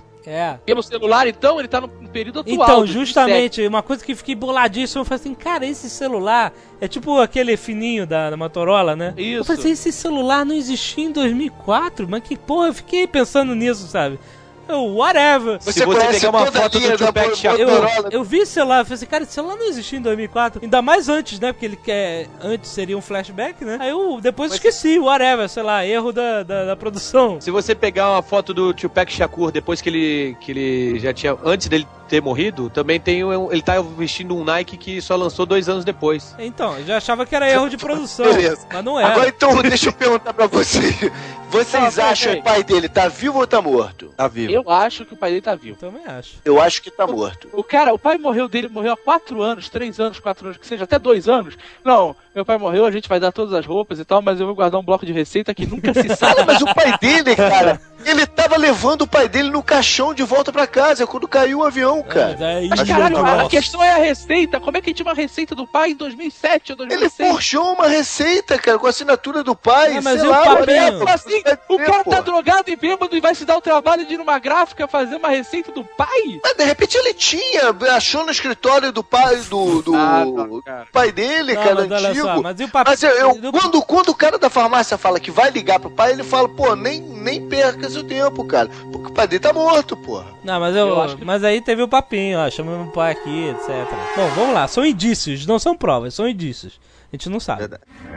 Speaker 6: Pelo celular, então, ele tá no período atual.
Speaker 2: Então, justamente, uma coisa que fiquei boladíssimo, eu falei assim, cara, esse celular é tipo aquele fininho da Motorola, né?
Speaker 6: Isso.
Speaker 2: Eu falei assim, esse celular não existia em 2004? Mas que porra, eu fiquei pensando nisso, sabe? Whatever.
Speaker 3: Se você pegar uma foto do Tupac Shakur,
Speaker 2: eu vi esse celular, eu falei assim, cara, esse celular não existia em 2004. Ainda mais antes, né? Porque ele quer... Antes seria um flashback, né? Aí eu depois esqueci, whatever, sei lá, erro da produção.
Speaker 4: Se você pegar uma foto do Tupac Shakur depois que ele já tinha... Antes dele ter morrido, também tem ele tá vestindo um Nike que só lançou 2 anos depois.
Speaker 2: Então, eu já achava que era erro de produção.
Speaker 3: Beleza.
Speaker 2: Mas não era.
Speaker 3: Agora então, deixa eu perguntar pra vocês. Vocês acham que o pai dele tá vivo ou tá morto?
Speaker 5: Tá vivo.
Speaker 6: Eu acho que o pai dele tá vivo.
Speaker 2: Também acho.
Speaker 3: Eu acho que tá morto.
Speaker 6: O pai morreu há 4 anos, 3 anos, 4 anos, que seja, até 2 anos. Não, meu pai morreu, a gente vai dar todas as roupas e tal, mas eu vou guardar um bloco de receita que nunca se sabe.
Speaker 3: Mas o pai dele, cara, ele tava levando o pai dele no caixão de volta pra casa quando caiu o avião, cara.
Speaker 6: Mas caralho, a questão é a receita. Como é que tinha uma receita do pai em 2007 ou 2006?
Speaker 3: Ele forjou uma receita, cara, com a assinatura do pai.
Speaker 2: Mas
Speaker 3: sei
Speaker 2: e o
Speaker 3: lá,
Speaker 2: papel?
Speaker 6: Assim, o cara tá drogado e bêbado e vai se dar o trabalho de ir numa gráfica fazer uma receita do pai?
Speaker 3: Mas de repente ele tinha, achou no escritório do pai do pai dele,
Speaker 2: não,
Speaker 3: cara,
Speaker 2: mas
Speaker 3: antigo.
Speaker 2: Só, mas e o papel?
Speaker 3: Quando o cara da farmácia fala que vai ligar pro pai, ele fala, pô, nem perca seu tempo, cara. Porque o pai dele tá morto, porra.
Speaker 2: Não, mas aí teve o papinho, ó, chama meu pai aqui, etc. Bom, vamos lá, são indícios, não são provas, são indícios. A gente não sabe.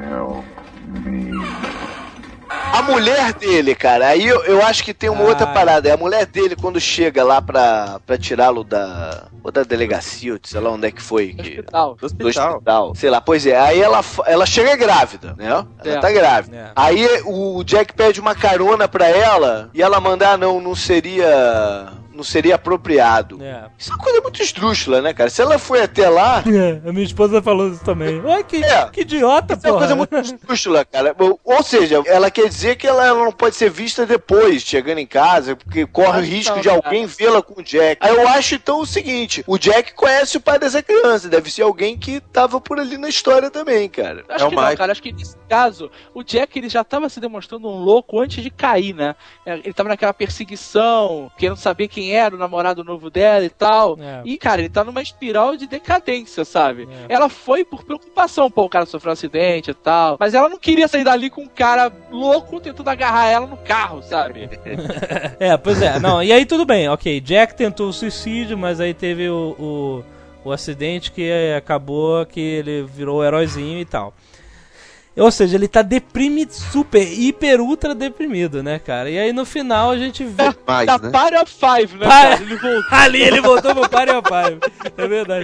Speaker 3: A mulher dele, cara, aí eu acho que tem uma outra parada. É a mulher dele quando chega lá pra tirá-lo da delegacia, sei lá onde é que foi.
Speaker 6: Do
Speaker 3: hospital. Sei lá, pois é. Aí ela chega grávida, né? Ela tá grávida. Aí o Jack pede uma carona pra ela e ela manda, não seria não seria apropriado. Isso é uma coisa muito esdrúxula, né, cara? Se ela foi até lá...
Speaker 2: a minha esposa falou isso também. Olha que idiota,
Speaker 3: pô. É uma coisa muito esdrúxula, cara. Ou seja, ela quer dizer que ela não pode ser vista depois, chegando em casa, porque corre o risco de alguém vê-la com o Jack. Aí eu acho, então, o seguinte, o Jack conhece o pai dessa criança, deve ser alguém que tava por ali na história também, cara.
Speaker 6: Acho que não, cara. Acho que nesse caso, o Jack, ele já tava se demonstrando um louco antes de cair, né? Ele tava naquela perseguição, querendo saber quem era o namorado novo dela e tal. E, cara, ele tá numa espiral de decadência, sabe? Ela foi por preocupação, pô, o cara sofreu um acidente e tal, mas ela não queria sair dali com um cara louco tentando agarrar ela no carro, sabe?
Speaker 2: Pois é. Não, e aí tudo bem, ok. Jack tentou o suicídio, mas aí teve o acidente que acabou que ele virou o heróizinho e tal. Ou seja, ele tá deprimido, super, hiper, ultra deprimido, né, cara? E aí no final a gente vê...
Speaker 6: Tá Party of Five, né, cara? Ele voltou.
Speaker 2: Ali ele voltou pro Party of Five. É verdade.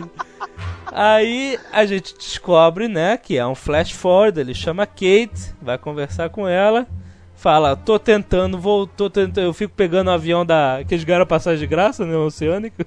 Speaker 2: Aí a gente descobre, né, que é um flash forward, ele chama Kate, vai conversar com ela, fala, eu fico pegando o avião que eles ganharam passagem de graça, né, oceânico.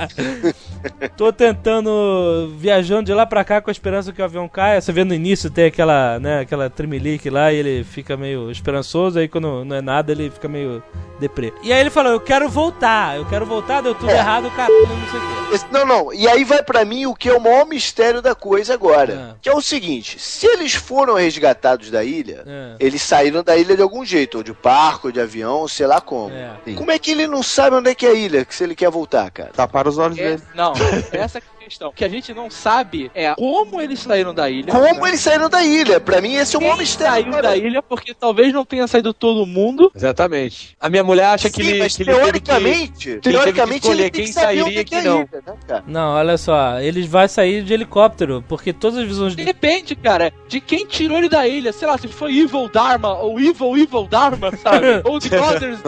Speaker 2: Tô tentando, viajando de lá pra cá com a esperança que o avião caia. Você vê no início tem aquela tremelique lá e ele fica meio esperançoso, aí quando não é nada ele fica meio deprê. E aí ele falou, eu quero voltar, deu tudo errado, cara, não sei o quê.
Speaker 3: Não, e aí vai pra mim o que é o maior mistério da coisa agora, que é o seguinte, se eles foram resgatados da ilha, eles saíram da ilha de algum jeito, ou de barco, ou de avião, sei lá como. Como é que ele não sabe onde é que é a ilha, se ele quer voltar, cara?
Speaker 5: Tapar os olhos dele.
Speaker 6: Não, essa questão. O que a gente não sabe é como eles saíram da ilha.
Speaker 3: Eles saíram da ilha? Pra mim esse é o maior mistério.
Speaker 6: Saiu da ilha porque talvez não tenha saído todo mundo.
Speaker 4: Exatamente. A minha mulher acha que ele
Speaker 3: teoricamente
Speaker 4: ele tem que sairia que não.
Speaker 3: Ilha, né, cara?
Speaker 2: Não, olha só, eles vão sair de helicóptero, porque todas as visões...
Speaker 6: Depende, cara, de quem tirou ele da ilha. Sei lá, se foi Evil Dharma ou Evil Dharma, sabe? Ou The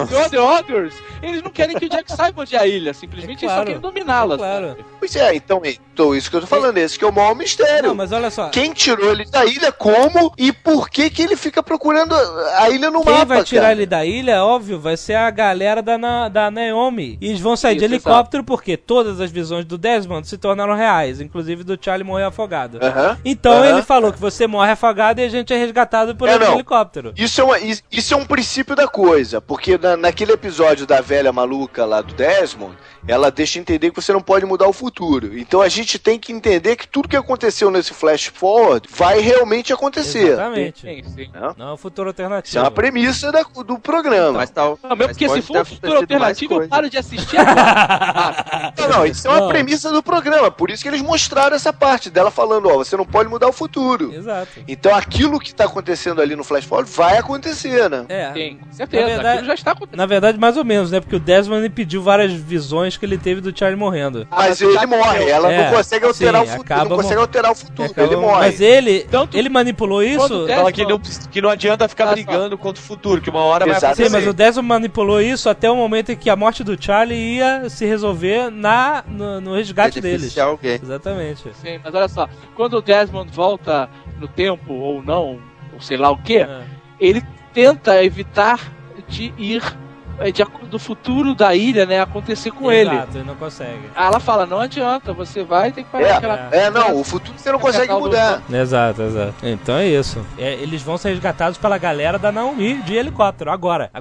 Speaker 6: Others. Eles não querem que o Jack saiba onde é a ilha. Simplesmente eles só querem dominá-la.
Speaker 2: Claro.
Speaker 3: Pois é, então isso que eu tô falando, esse que é o maior mistério.
Speaker 2: Não, mas olha só.
Speaker 3: Quem tirou ele da ilha, como e por que ele fica procurando a ilha no mapa,
Speaker 2: Quem vai tirar ele da ilha, óbvio, vai ser a galera da Naomi. E eles vão sair de helicóptero porque todas as visões do Desmond se tornaram reais, inclusive do Charlie morrer afogado. Então ele falou que você morre afogado e a gente é resgatado por helicóptero.
Speaker 3: Isso é um princípio da coisa, porque naquele episódio da velha maluca lá do Desmond, ela deixa entender que você não pode mudar o futuro. Então a gente tem que entender que tudo que aconteceu nesse flash forward vai realmente acontecer.
Speaker 2: Exatamente. Sim. Não é um futuro alternativo.
Speaker 3: Isso é uma premissa do programa.
Speaker 6: Mas porque se for um futuro alternativo, eu paro de assistir agora.
Speaker 3: Não, isso é uma premissa do programa. Por isso que eles mostraram essa parte dela falando, você não pode mudar o futuro.
Speaker 2: Exato.
Speaker 3: Então aquilo que tá acontecendo ali no flash forward vai acontecer, né?
Speaker 6: Sim, com certeza. Aquilo já está acontecendo.
Speaker 2: Na verdade, mais ou menos, né? Porque o Desmond impediu várias visões que ele teve do Charlie morrendo.
Speaker 3: Mas ele morre, ela não consegue alterar o futuro. Não consegue alterar o futuro, ele morre.
Speaker 2: Mas ele manipulou isso.
Speaker 4: Fala que não adianta ficar brigando contra o futuro, que uma hora vai acontecer.
Speaker 2: Sim, mas o Desmond manipulou isso até o momento em que a morte do Charlie ia se resolver no resgate deles. Exatamente.
Speaker 6: Sim, mas olha só, quando o Desmond volta no tempo, ou não, ou sei lá o que, ele tenta evitar de ir do futuro da ilha, né, acontecer com ele.
Speaker 2: Exato, ele não consegue.
Speaker 6: Ela fala, não adianta, você vai ter que parar aquela...
Speaker 3: o futuro você não consegue mudar.
Speaker 2: Exato. Então é isso. Eles vão ser resgatados pela galera da Naomi de helicóptero, agora,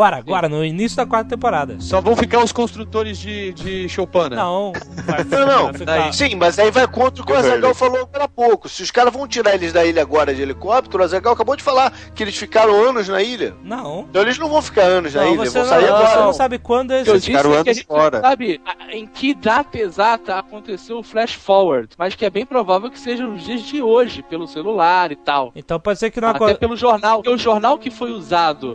Speaker 2: no início da 4ª temporada.
Speaker 4: Só vão ficar os construtores de Chopana.
Speaker 2: Não.
Speaker 3: Vai ficar... Sim, mas aí vai contra o que o Azaghal falou agora há pouco. Se os caras vão tirar eles da ilha agora de helicóptero, o Azaghal acabou de falar que eles ficaram anos na ilha.
Speaker 2: Não.
Speaker 3: Então eles não vão ficar anos na ilha,
Speaker 2: você não sabe quando
Speaker 6: esse... Eu disse que a gente não sabe em que data exata aconteceu o flash forward, mas que é bem provável que seja nos dias de hoje, pelo celular e tal.
Speaker 2: Então pode ser que não
Speaker 6: até pelo jornal. Porque o jornal que foi usado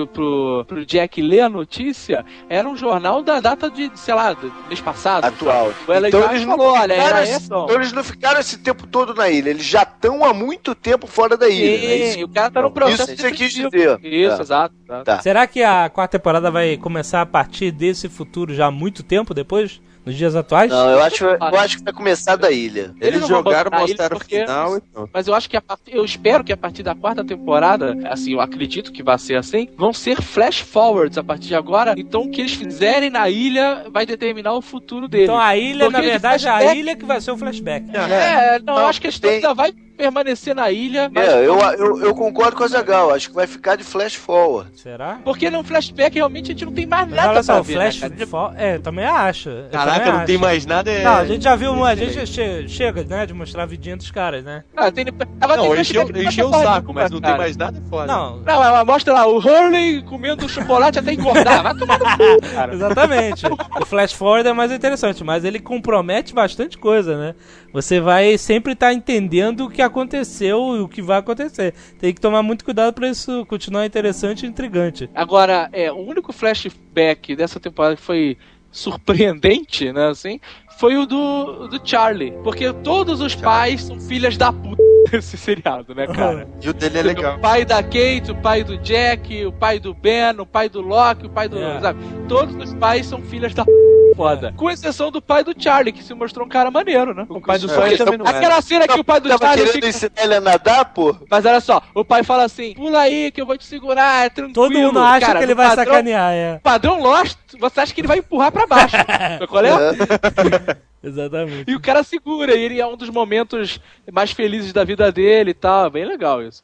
Speaker 6: pro Jack ler a notícia era um jornal da data de, sei lá, do mês passado.
Speaker 3: Atual.
Speaker 6: Então eles falou, então
Speaker 3: eles não ficaram esse tempo todo na ilha, eles já estão há muito tempo fora da ilha.
Speaker 6: Sim, o cara tá no processo.
Speaker 3: Isso você quis dizer.
Speaker 6: Isso, exato.
Speaker 2: Será que a 4ª temporada vai começar a partir desse futuro já há muito tempo depois nos dias atuais?
Speaker 3: Não, eu acho que vai começar da ilha.
Speaker 5: Eles jogaram, mostraram o final e pronto.
Speaker 6: Mas eu acho que eu espero que a partir da 4ª temporada, assim, eu acredito que vai ser assim, vão ser flash forwards a partir de agora. Então o que eles fizerem na ilha vai determinar o futuro deles.
Speaker 2: Então a ilha,
Speaker 6: porque
Speaker 2: na verdade, a ilha que vai ser o flashback.
Speaker 6: Não, eu acho que a história ainda vai permanecer na ilha. Mas
Speaker 3: eu concordo com a Zagal. Acho que vai ficar de flash forward.
Speaker 2: Será?
Speaker 6: Porque no flashback realmente a gente não tem mais
Speaker 2: Mas
Speaker 6: nada
Speaker 2: olha só,
Speaker 6: pra
Speaker 2: o
Speaker 6: ver,
Speaker 2: flash
Speaker 6: né, cara?
Speaker 2: forward... também acho.
Speaker 4: Caraca, não tem mais nada.
Speaker 2: Não, a gente já viu, a gente chega, né, de mostrar a vidinha dos caras, né?
Speaker 4: Não, encheu o saco, mas não tem mais nada foda.
Speaker 2: Não,
Speaker 6: ela mostra lá o Hurley comendo chocolate até engordar. Vai tomar no cu, cara.
Speaker 2: exatamente. O flash forward é mais interessante, mas ele compromete bastante coisa, né? Você vai sempre estar entendendo o que aconteceu e o que vai acontecer. Tem que tomar muito cuidado pra isso continuar interessante e intrigante.
Speaker 6: Agora, o único flashback dessa temporada que foi surpreendente, né, assim, foi o do Charlie. Porque todos os pais são filhas da puta nesse seriado, né, cara?
Speaker 5: E o dele é legal.
Speaker 6: O pai da Kate, o pai do Jack, o pai do Ben, o pai do Locke, o pai do... Sabe? Todos os pais são filhas da foda. Com exceção do pai do Charlie, que se mostrou um cara maneiro, né?
Speaker 4: O pai do Sawyer também não era.
Speaker 6: Aquela cena que o pai do Charlie
Speaker 3: querendo ensinar ele a nadar, pô?
Speaker 6: Mas olha só, o pai fala assim, pula aí que eu vou te segurar, é tranquilo.
Speaker 2: Todo mundo acha
Speaker 6: cara,
Speaker 2: que ele vai sacanear,
Speaker 6: Padrão Lost, você acha que ele vai empurrar pra baixo. Qual é?
Speaker 2: Exatamente.
Speaker 6: E o cara segura, e ele é um dos momentos mais felizes da vida dele e tal. Bem legal isso.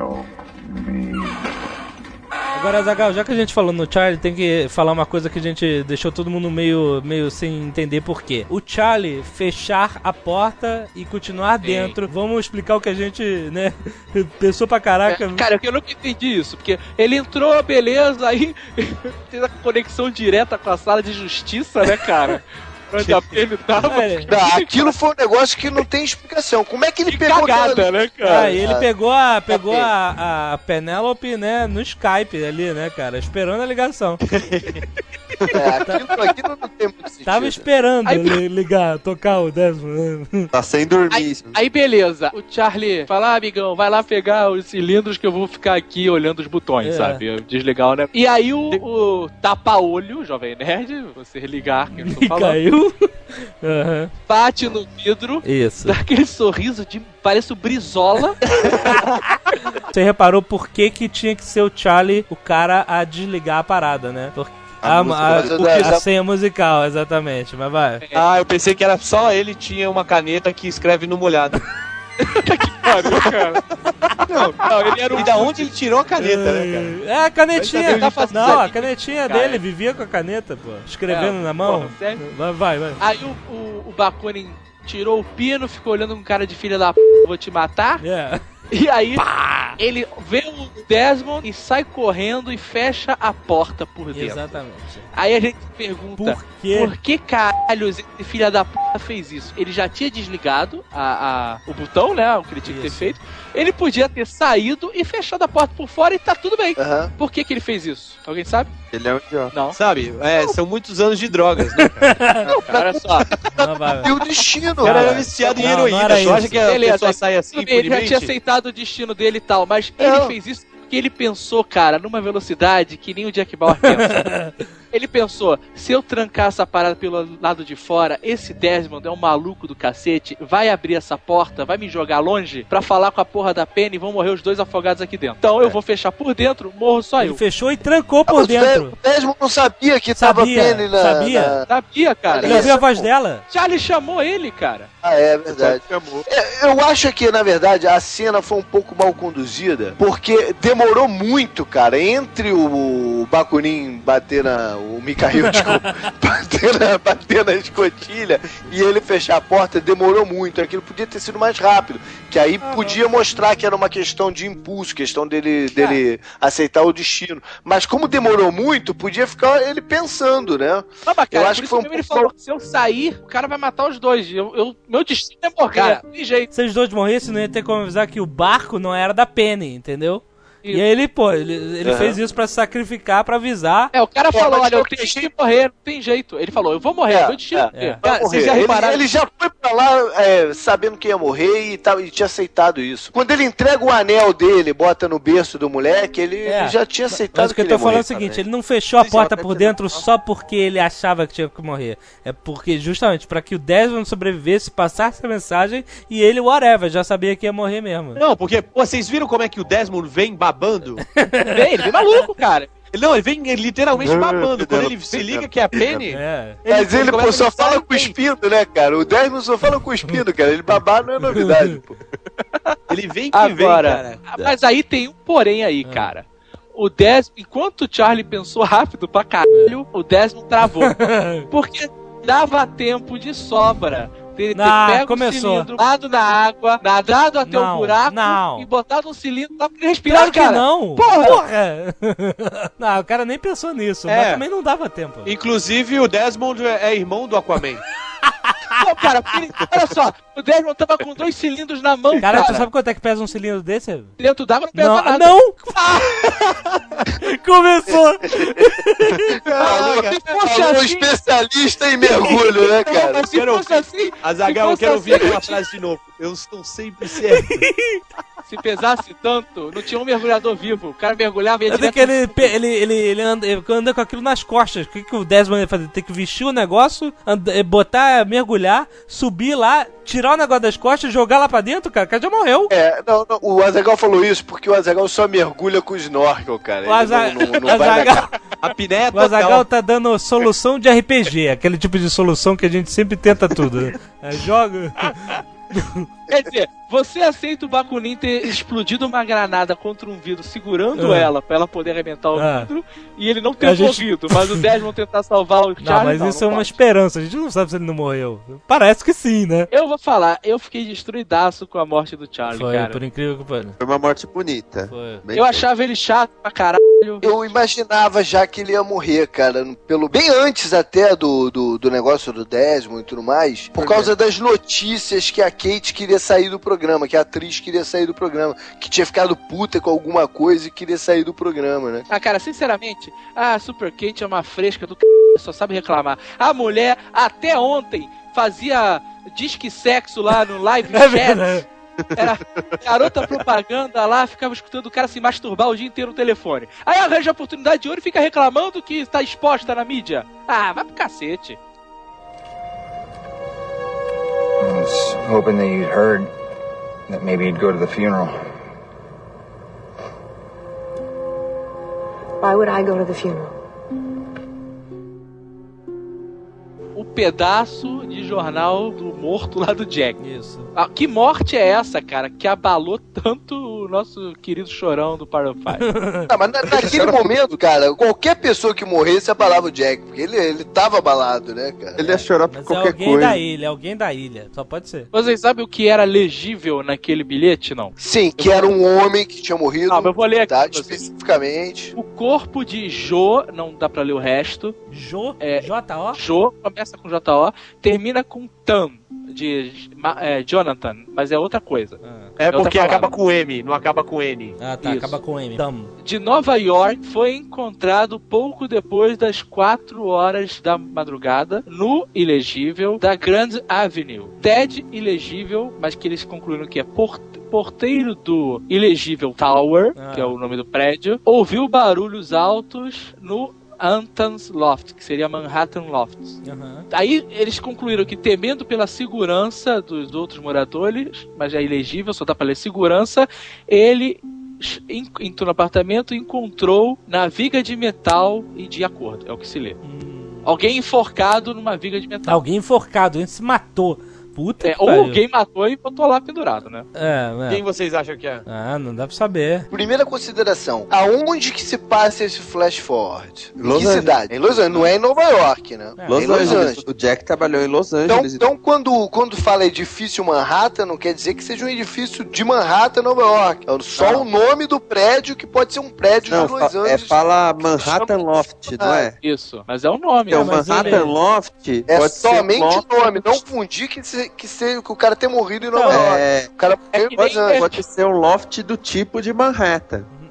Speaker 2: Agora, Zagal, já que a gente falou no Charlie, tem que falar uma coisa que a gente deixou todo mundo meio sem entender por quê. O Charlie fechar a porta e continuar dentro. Vamos explicar o que a gente, né, pensou pra caraca.
Speaker 6: Cara, eu nunca entendi isso, porque ele entrou, beleza, aí tem a conexão direta com a sala de justiça, né, cara? Onde a Penny tava.
Speaker 3: Aquilo foi um negócio que não tem explicação. Como é que ele pegou
Speaker 6: cagada, né, cara?
Speaker 2: Ele pegou a Penélope, né, no Skype ali, né, cara, esperando a ligação.
Speaker 3: Aquilo não tem muito sentido.
Speaker 2: Tava esperando ligar, tocar o Desmond.
Speaker 5: Tá sem dormir.
Speaker 6: Aí beleza, o Charlie fala, amigão, vai lá pegar os cilindros que eu vou ficar aqui olhando os botões, sabe? Desligar o negócio. E aí o tapa-olho, Jovem Nerd, você ligar, que eu estou falando.
Speaker 2: Caiu.
Speaker 6: Bate no vidro.
Speaker 2: Isso.
Speaker 6: Dá aquele sorriso de... Parece o Brizola.
Speaker 2: Você reparou por que tinha que ser o Charlie o cara a desligar a parada, né? Porque a senha musical, exatamente, mas vai.
Speaker 4: Eu pensei que era só ele tinha uma caneta que escreve no molhado.
Speaker 6: Que pariu, cara. Não, ele era
Speaker 4: E da onde ele tirou a caneta, né, cara?
Speaker 2: A canetinha. A canetinha
Speaker 6: cara.
Speaker 2: dele, vivia com a caneta, pô. Escrevendo na mão.
Speaker 6: Porra,
Speaker 2: vai.
Speaker 6: Aí o Bakunin tirou o pino, ficou olhando com cara de filha da p, vou te matar. E aí, ele vê o Desmond e sai correndo e fecha a porta por dentro.
Speaker 2: Exatamente.
Speaker 6: Aí a gente pergunta, por que caralho esse filha da puta fez isso? Ele já tinha desligado o botão, né, o que ele tinha que ter feito. Ele podia ter saído e fechado a porta por fora e tá tudo bem. Por que ele fez isso? Alguém sabe?
Speaker 5: Ele é um idiota.
Speaker 6: Não.
Speaker 4: Sabe, são muitos anos de drogas, né, cara?
Speaker 6: Não, cara, olha só.
Speaker 3: E o destino,
Speaker 4: O cara era viciado em heroína. Você acha que a pessoa sai assim,
Speaker 6: ele já tinha aceitado o destino dele e tal, mas ele fez isso porque ele pensou, cara, numa velocidade que nem o Jack Bauer pensa. Ele pensou, se eu trancar essa parada pelo lado de fora, esse Desmond é um maluco do cacete, vai abrir essa porta, vai me jogar longe pra falar com a porra da Penny e vão morrer os dois afogados aqui dentro. Então eu vou fechar por dentro, morro só eu.
Speaker 2: Ele fechou e trancou por dentro.
Speaker 3: O Desmond não sabia que tava Penny na...
Speaker 6: Sabia, cara.
Speaker 2: Ele ouviu a voz dela.
Speaker 6: Charlie chamou ele, cara.
Speaker 3: É verdade. Eu acho que, na verdade, a cena foi um pouco mal conduzida, porque demorou muito, cara, entre o Bakunin bater o Mikhail, desculpa, bater na escotilha e ele fechar a porta, demorou muito. Aquilo podia ter sido mais rápido, que aí podia mostrar que era uma questão de impulso, questão dele aceitar o destino. Mas como demorou muito, podia ficar ele pensando, né?
Speaker 6: Não, mas, cara,
Speaker 3: eu acho que foi
Speaker 6: ele falou, se eu sair, o cara vai matar os dois. Meu destino é morrer.
Speaker 2: Cara, se os dois morressem, não ia ter como avisar que o barco não era da Penny, entendeu? E aí ele, ele fez isso pra se sacrificar, pra avisar.
Speaker 6: O cara falou, olha, eu tenho que morrer, não tem jeito. Ele falou, eu vou morrer, eu destino.
Speaker 3: Vocês já repararam? Ele já foi pra lá sabendo que ia morrer e tinha aceitado isso. Quando ele entrega o anel dele, bota no berço do moleque, ele já tinha aceitado.
Speaker 2: Mas o que eu tô falando é o seguinte, ele não fechou a porta por dentro só porque ele achava que tinha que morrer. É porque, justamente, pra que o Desmond sobrevivesse, passasse a mensagem e ele, whatever, já sabia que ia morrer mesmo.
Speaker 4: Não, porque, vocês viram como é que o Desmond vem babando?
Speaker 6: Ele vem maluco, cara.
Speaker 4: Não, ele vem literalmente babando. Quando ele se liga que é a Penny...
Speaker 3: Mas ele só fala cuspindo, né, cara? O Desmond só fala cuspindo, cara. Ele babar não é novidade, pô.
Speaker 4: Ele vem que vem, cara.
Speaker 6: Mas aí tem um porém aí, cara. O Desmond, enquanto o Charlie pensou rápido pra caralho, o Desmond travou. Porque dava tempo de sobra. Ele pega um cilindro, nadado na água, nadado até o buraco e botado um cilindro pra respirar,
Speaker 2: claro
Speaker 6: cara.
Speaker 2: Que não. Porra! Não, o cara nem pensou nisso, mas também não dava tempo.
Speaker 4: Inclusive, o Desmond é irmão do Aquaman.
Speaker 6: Não, cara, olha só, o Desmond tava com 2 cilindros na mão, cara.
Speaker 2: Tu sabe quanto é que pesa um cilindro desse?
Speaker 6: Dentro d'água não pesa nada.
Speaker 2: Não! Começou!
Speaker 3: Um especialista em mergulho, né, cara?
Speaker 6: Mas se fosse assim...
Speaker 4: Azaghal, eu quero ouvir aquela frase de novo. Eu estou sempre certo.
Speaker 6: Se pesasse tanto, não tinha um mergulhador vivo. O cara mergulhava e ia
Speaker 2: direto... Ele anda com aquilo nas costas. O que o Desmond ia fazer? Tem que vestir o negócio, mergulhar, subir lá, tirar o negócio das costas, jogar lá pra dentro, cara. O cara já morreu.
Speaker 3: Não, o Azaghal falou isso porque o Azaghal só mergulha com snorkel, cara.
Speaker 2: O Azaghal tá dando solução de RPG, aquele tipo de solução que a gente sempre tenta tudo. Joga...
Speaker 6: Quer dizer, você aceita o Bakunin ter explodido uma granada contra um vidro segurando ela pra ela poder arrebentar o vidro e ele não ter morrido, mas o Desmond tentar salvar o Charlie.
Speaker 2: Não, mas isso é uma esperança, a gente não sabe se ele não morreu. Parece que sim, né?
Speaker 6: Eu vou falar, eu fiquei destruidaço com a morte do Charlie, cara.
Speaker 2: Por incrível que pareça.
Speaker 5: Foi uma morte bonita.
Speaker 6: Eu achava ele chato pra caralho.
Speaker 3: Eu imaginava já que ele ia morrer, cara, bem antes até do negócio do Desmond e tudo mais, por causa das notícias que a Kate queria sair do programa, que a atriz queria sair do programa, que tinha ficado puta com alguma coisa e queria sair do programa, né?
Speaker 6: Cara, sinceramente, a Super Kate é uma fresca do c... só sabe reclamar. A mulher, até ontem, fazia disque sexo lá no live chat. Era garota propaganda lá, ficava escutando o cara se masturbar o dia inteiro no telefone. Aí arranja a oportunidade de ouro e fica reclamando que está exposta na mídia. Vai pro cacete.
Speaker 8: I was hoping that you'd heard that maybe you'd go to the funeral.
Speaker 10: Why would I go to the funeral?
Speaker 6: O pedaço de jornal do morto lá do Jack.
Speaker 2: Isso.
Speaker 6: Que morte é essa, cara, que abalou tanto o nosso querido chorão do Power 5?
Speaker 3: Mas naquele momento, cara, qualquer pessoa que morresse abalava o Jack, porque ele tava abalado, né, cara?
Speaker 5: Ele ia chorar por qualquer coisa.
Speaker 2: Alguém da ilha, só pode ser.
Speaker 6: Vocês sabem o que era legível naquele bilhete, não?
Speaker 3: Sim, que era um homem que tinha morrido.
Speaker 6: Mas eu vou ler aqui
Speaker 3: especificamente.
Speaker 6: O corpo de Jo, não dá pra ler o resto.
Speaker 2: Jo? J-O?
Speaker 6: Jo, começa com J-O, termina com Tam, de Jonathan, mas é outra coisa.
Speaker 4: É porque acaba com M, não acaba com N.
Speaker 2: Isso. Acaba com M. Tam.
Speaker 6: De Nova York, foi encontrado pouco depois das 4 horas da madrugada, no ilegível da Grand Avenue. Ted ilegível, mas que eles concluíram que é porteiro do ilegível Tower, que é o nome do prédio, ouviu barulhos altos no Anton's Loft, que seria Manhattan Lofts. Aí eles concluíram que, temendo pela segurança dos outros moradores, mas é ilegível, só dá pra ler segurança, ele entrou no apartamento e encontrou na viga de metal e de acordo, é o que se lê. Alguém enforcado numa viga de metal.
Speaker 2: Alguém enforcado, ele se matou. Puta
Speaker 6: ou alguém matou e botou lá pendurado, né?
Speaker 4: Quem vocês acham que é?
Speaker 2: Não dá pra saber.
Speaker 3: Primeira consideração, aonde que se passa esse flash forward?
Speaker 5: Los
Speaker 3: que
Speaker 5: Angeles.
Speaker 3: cidade? Em Los Angeles, não é em Nova York, né?
Speaker 5: Los Angeles. O Jack trabalhou em Los Angeles.
Speaker 3: Então quando fala edifício Manhattan, não quer dizer que seja um edifício de Manhattan, Nova York. É só o nome do prédio, que pode ser um prédio de Los Angeles.
Speaker 5: Fala Manhattan Loft, não é?
Speaker 6: Isso, mas é o nome.
Speaker 5: Então, Manhattan Loft
Speaker 3: é somente o nome, não fundir que o cara tenha morrido em Nova York. O cara
Speaker 5: pode ser um loft do tipo de Manhattan.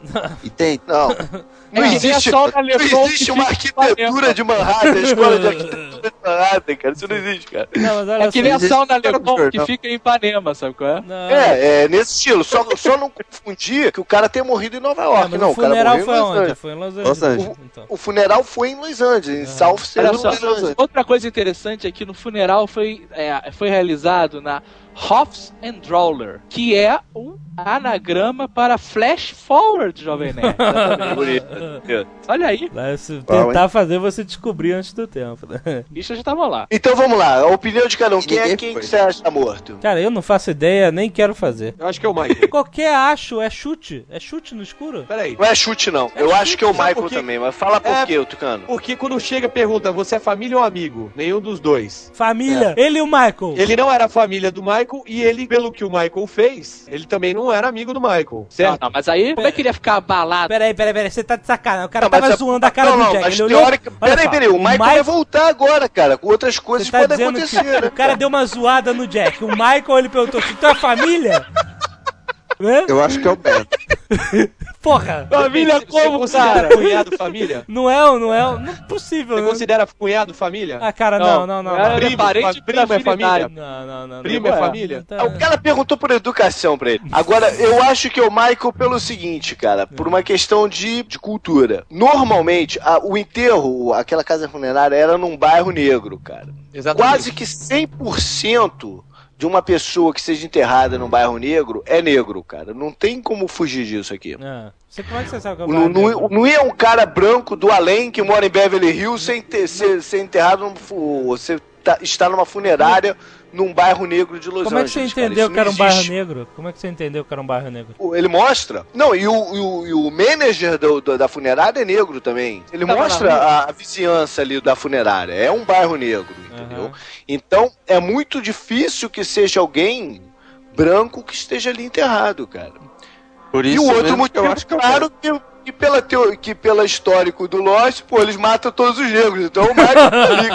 Speaker 5: E tem.
Speaker 3: Não existe uma arquitetura de Manhattan, escola de arquitetura de Manhattan, cara. Isso não existe, cara.
Speaker 2: Não, mas olha
Speaker 6: É que nem a
Speaker 2: só.
Speaker 6: sauna Leblon que fica em Ipanema, sabe qual é?
Speaker 2: Não.
Speaker 3: É nesse estilo. Só não confundir que o cara tenha morrido em Nova York.
Speaker 2: mas
Speaker 3: não,
Speaker 2: o funeral foi
Speaker 3: Los
Speaker 2: onde? Foi em Los Angeles. Então.
Speaker 3: O funeral foi em Los Angeles, em South
Speaker 6: Olha
Speaker 3: Los
Speaker 6: só,
Speaker 3: Angeles.
Speaker 6: outra coisa interessante é que no funeral foi realizado na Hoffs and Drawler, que é um anagrama para Flash Forward, Jovem Nerd. Olha aí.
Speaker 2: Vai tentar fazer você descobrir antes do tempo, né?
Speaker 6: Bichos já estavam lá.
Speaker 3: Então vamos lá, a opinião de cada um. Quem que você acha que tá morto?
Speaker 2: Cara, eu não faço ideia, nem quero fazer.
Speaker 4: Eu acho que é o Michael.
Speaker 2: Qualquer acho é chute. É chute no escuro?
Speaker 4: Peraí.
Speaker 3: Não é chute, não. Eu acho que é o Michael também, mas fala por quê, Tucano?
Speaker 4: Porque quando chega pergunta, você é família ou amigo? Nenhum dos dois.
Speaker 2: Família. Ele e o Michael.
Speaker 4: Ele não era família do Michael e ele, pelo que o Michael fez, ele também não era amigo do Michael, certo?
Speaker 6: Não, mas aí, como é que ele ia ficar abalado?
Speaker 2: Peraí, você tá de sacanagem. O cara tava zoando a cara do Jack.
Speaker 3: Mas
Speaker 2: Ele olhou...
Speaker 3: Peraí, o Michael vai voltar agora, cara, com outras coisas
Speaker 2: tá
Speaker 3: podem acontecer, né?
Speaker 2: O cara deu uma zoada no Jack. O Michael, ele perguntou, tu é família?
Speaker 5: Eu acho que é o Ben.
Speaker 2: Porra!
Speaker 4: Família como, cara? Cunhado, família?
Speaker 2: Não é possível.
Speaker 4: Você considera cunhado, família?
Speaker 2: Ah, cara, não.
Speaker 4: Primo é família?
Speaker 2: Não.
Speaker 4: Primo é família?
Speaker 3: O cara perguntou por educação pra ele. Agora, eu acho que é o Michael pelo seguinte, cara, por uma questão de cultura. Normalmente, o enterro, aquela casa funerária, era num bairro negro, cara.
Speaker 4: Exatamente.
Speaker 3: Quase que 100% de uma pessoa que seja enterrada num bairro negro é negro, cara. Não tem como fugir disso aqui.
Speaker 2: Como é que você sabe que é o bairro negro?
Speaker 3: Não é um cara branco do além que mora em Beverly Hills ser enterrado você está numa funerária num bairro negro de Los Angeles.
Speaker 2: Como é que você entendeu que era um bairro negro? Como é que você entendeu que era um bairro negro?
Speaker 3: Ele mostra. Não, e o manager da funerária é negro também. Ele mostra a vizinhança ali da funerária. É um bairro negro, entendeu? Então, é muito difícil que seja alguém branco que esteja ali enterrado, cara.
Speaker 5: Por isso
Speaker 3: e o outro
Speaker 5: mesmo
Speaker 3: motivo,
Speaker 5: que eu acho que
Speaker 3: claro, que pela histórico do Lost, pô, eles matam todos os negros. Então o Michael tá ali,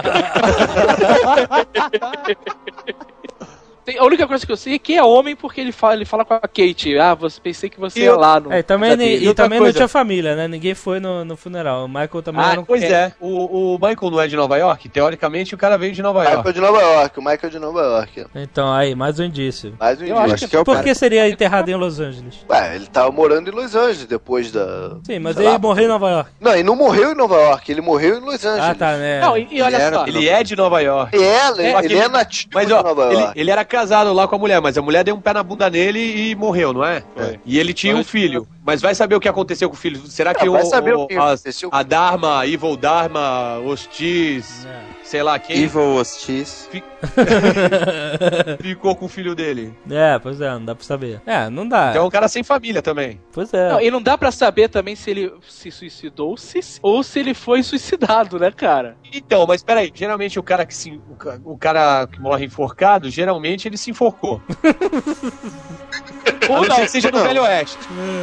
Speaker 3: cara.
Speaker 6: A única coisa que eu sei é que é homem porque ele fala com a Kate. Pensei que você ia lá.
Speaker 2: Também não tinha família, né? Ninguém foi no funeral. O Michael também era um...
Speaker 4: Pois é. O Michael não é de Nova York? Teoricamente, o cara veio de Nova York.
Speaker 3: O Michael de Nova York.
Speaker 2: Então, aí, mais um indício.
Speaker 3: Acho
Speaker 2: que por que seria enterrado em Los Angeles?
Speaker 3: Ele tava morando em Los Angeles depois da...
Speaker 2: Sim, mas ele morreu em Nova York.
Speaker 3: Não, ele não morreu em Nova York, ele morreu em Los Angeles.
Speaker 2: Ah, tá, né?
Speaker 6: Não, e olha só.
Speaker 4: Ele é de Nova York.
Speaker 3: Ele é nativo de Nova York.
Speaker 4: Ele era casado lá com a mulher, mas a mulher deu um pé na bunda nele e morreu, não é? E ele tinha um filho. Mas vai saber o que aconteceu com o filho. Será que a Dharma, Evil Dharma, Hostis, sei lá quem...
Speaker 5: Evil Hostis.
Speaker 4: Ficou com o filho dele.
Speaker 2: Pois é, não dá pra saber. Não dá.
Speaker 4: Então é um cara sem família também.
Speaker 2: Pois é.
Speaker 6: E não dá pra saber também se ele se suicidou ou se ele foi suicidado, né, cara?
Speaker 4: Então, mas peraí, geralmente o cara que morre enforcado, geralmente ele se enforcou. Ou não seja no Velho Oeste.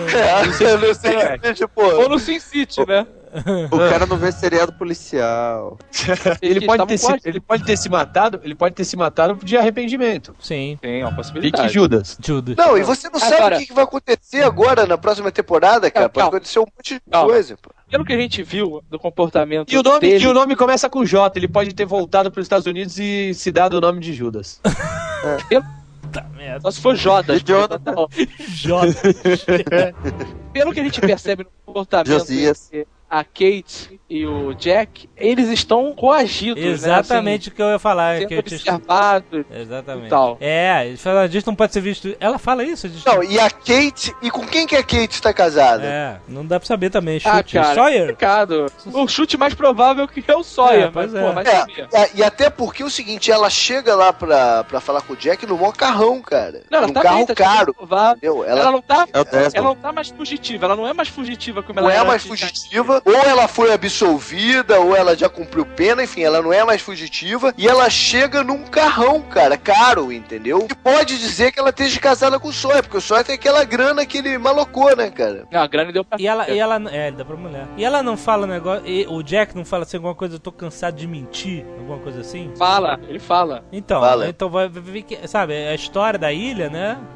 Speaker 6: Ou no Sin City, né?
Speaker 5: O cara não vê seriado policial.
Speaker 4: Ele pode ter se matado de arrependimento.
Speaker 2: Sim.
Speaker 6: Tem uma possibilidade.
Speaker 4: Fique Judas.
Speaker 3: Não, e você não sabe o que vai acontecer agora na próxima temporada, cara. Pode acontecer um monte de coisa, pô.
Speaker 6: Pelo que a gente viu do comportamento
Speaker 4: e o nome,
Speaker 6: dele...
Speaker 4: E o nome começa com J. Ele pode ter voltado para os Estados Unidos e se dado o nome de Judas.
Speaker 6: Só se for Jodas.
Speaker 2: Jodas.
Speaker 6: Pelo que a gente percebe no comportamento a Kate e o Jack, eles estão coagidos,
Speaker 2: exatamente, né? Assim, o que eu ia falar.
Speaker 6: Sendo observados.
Speaker 2: Exatamente.
Speaker 6: E tal.
Speaker 2: Eles falam, a gente não pode ser visto. Ela fala isso?
Speaker 3: Não, e a Kate... E com quem que a Kate tá casada?
Speaker 2: Não dá pra saber também. Chute.
Speaker 6: Cara,
Speaker 2: Sawyer?
Speaker 6: O chute mais provável que é o Sawyer.
Speaker 2: Mas,
Speaker 3: e até porque é o seguinte, ela chega lá pra falar com o Jack no maior carrão, cara.
Speaker 6: Não, ela
Speaker 3: num carro caro.
Speaker 6: Entendeu? Ela não tá mais fugitiva. Ela não é mais fugitiva como ela
Speaker 3: era. Não é mais fugitiva. Ou ela foi absolvida, ou ela já cumpriu pena, enfim, ela não é mais fugitiva, e ela chega num carrão, cara, caro, entendeu? E pode dizer que ela esteja casada com o Sawyer, porque o Sawyer tem aquela grana que ele malocou, né, cara?
Speaker 6: Não, a grana deu pra...
Speaker 2: E ela ele dá pra mulher. E ela não fala negócio, o Jack não fala assim, alguma coisa, eu tô cansado de mentir, alguma coisa assim?
Speaker 6: Ele fala.
Speaker 2: Então vai ver que, sabe, a história da ilha, né?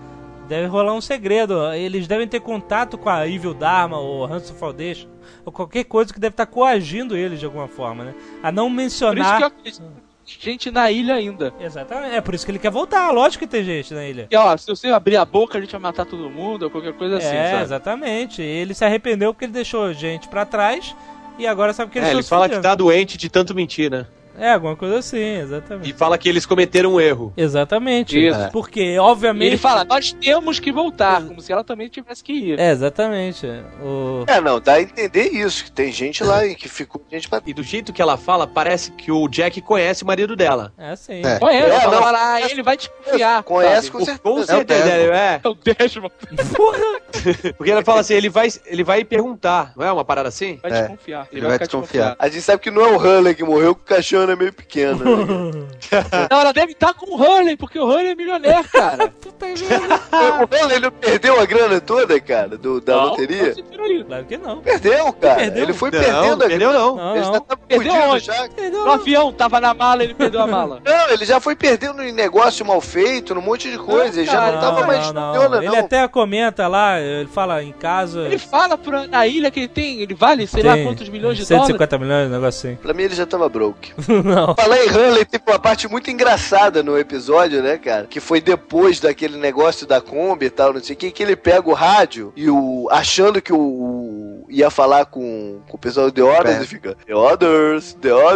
Speaker 2: Deve rolar um segredo. Eles devem ter contato com a Evil Dharma ou Hanson Foundation ou qualquer coisa que deve estar coagindo eles de alguma forma, né? A não mencionar...
Speaker 6: Por isso que eu gente na ilha ainda.
Speaker 2: Exatamente. É por isso que ele quer voltar. Lógico que tem gente na ilha.
Speaker 6: E ó, se você abrir a boca, a gente vai matar todo mundo ou qualquer coisa assim, sabe?
Speaker 2: Exatamente. Ele se arrependeu porque ele deixou gente pra trás e agora sabe que
Speaker 4: ele fala que tá doente de tanto mentir, né?
Speaker 2: Alguma coisa assim, exatamente.
Speaker 4: E fala que eles cometeram um erro.
Speaker 2: Exatamente.
Speaker 6: Isso.
Speaker 2: Porque, obviamente...
Speaker 6: Ele fala, nós temos que voltar, como se ela também tivesse que ir.
Speaker 2: Exatamente.
Speaker 3: Não, dá a entender isso, que tem gente lá que ficou gente pra...
Speaker 4: E do jeito que ela fala, parece que o Jack conhece o marido dela.
Speaker 2: Sim.
Speaker 6: Conhece, ela fala, ele vai desconfiar.
Speaker 3: Conhece,
Speaker 6: sabe?
Speaker 3: com certeza.
Speaker 4: Com certeza,
Speaker 6: É o Desmond.
Speaker 4: Porque ela fala assim, ele vai perguntar, não é uma parada assim?
Speaker 6: Vai desconfiar.
Speaker 5: Ele vai desconfiar.
Speaker 3: A gente sabe que não é o Hurley que morreu, que o cachorro é meio pequeno. Né?
Speaker 6: Não, ela deve estar com o Hurley, porque o Hurley é milionário, cara.
Speaker 2: Puta merda.
Speaker 3: O Hurley não perdeu a grana toda, cara, da loteria?
Speaker 2: Claro que não.
Speaker 3: Perdeu, cara. Ele foi perdendo a grana.
Speaker 4: Não.
Speaker 3: Ele já tá
Speaker 6: Perdeu
Speaker 3: fudido
Speaker 6: onde?
Speaker 3: já.
Speaker 6: No avião, tava na mala, ele perdeu a mala.
Speaker 3: Não, ele já foi perdendo em negócio mal feito, num monte de coisa. Ele já não tava mais
Speaker 2: não. Ele até comenta lá, ele fala em casa...
Speaker 6: Ele fala na ilha que ele vale, sei lá quantos milhões de dólares.
Speaker 2: 150 milhões, um negócio assim.
Speaker 3: Pra mim ele já tava broke.
Speaker 2: Não.
Speaker 3: Falar em Hurley, tem uma parte muito engraçada no episódio, né, cara? Que foi depois daquele negócio da Kombi e tal, não sei o que ele pega o rádio e achando que ia falar com o pessoal do The Others e fica The Others,